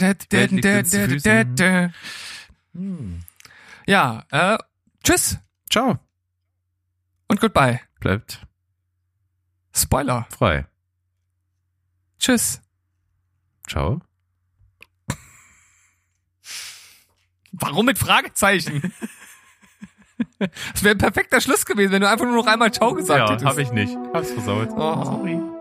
B: Ja, tschüss.
A: Ciao.
B: Und goodbye.
A: Bleibt
B: Spoiler.
A: frei.
B: Tschüss.
A: Ciao.
B: Warum mit Fragezeichen? Das wäre ein perfekter Schluss gewesen, wenn du einfach nur noch einmal Ciao gesagt hättest.
A: Ja, hab ich nicht. Hab's versaut.
B: Oh. Sorry.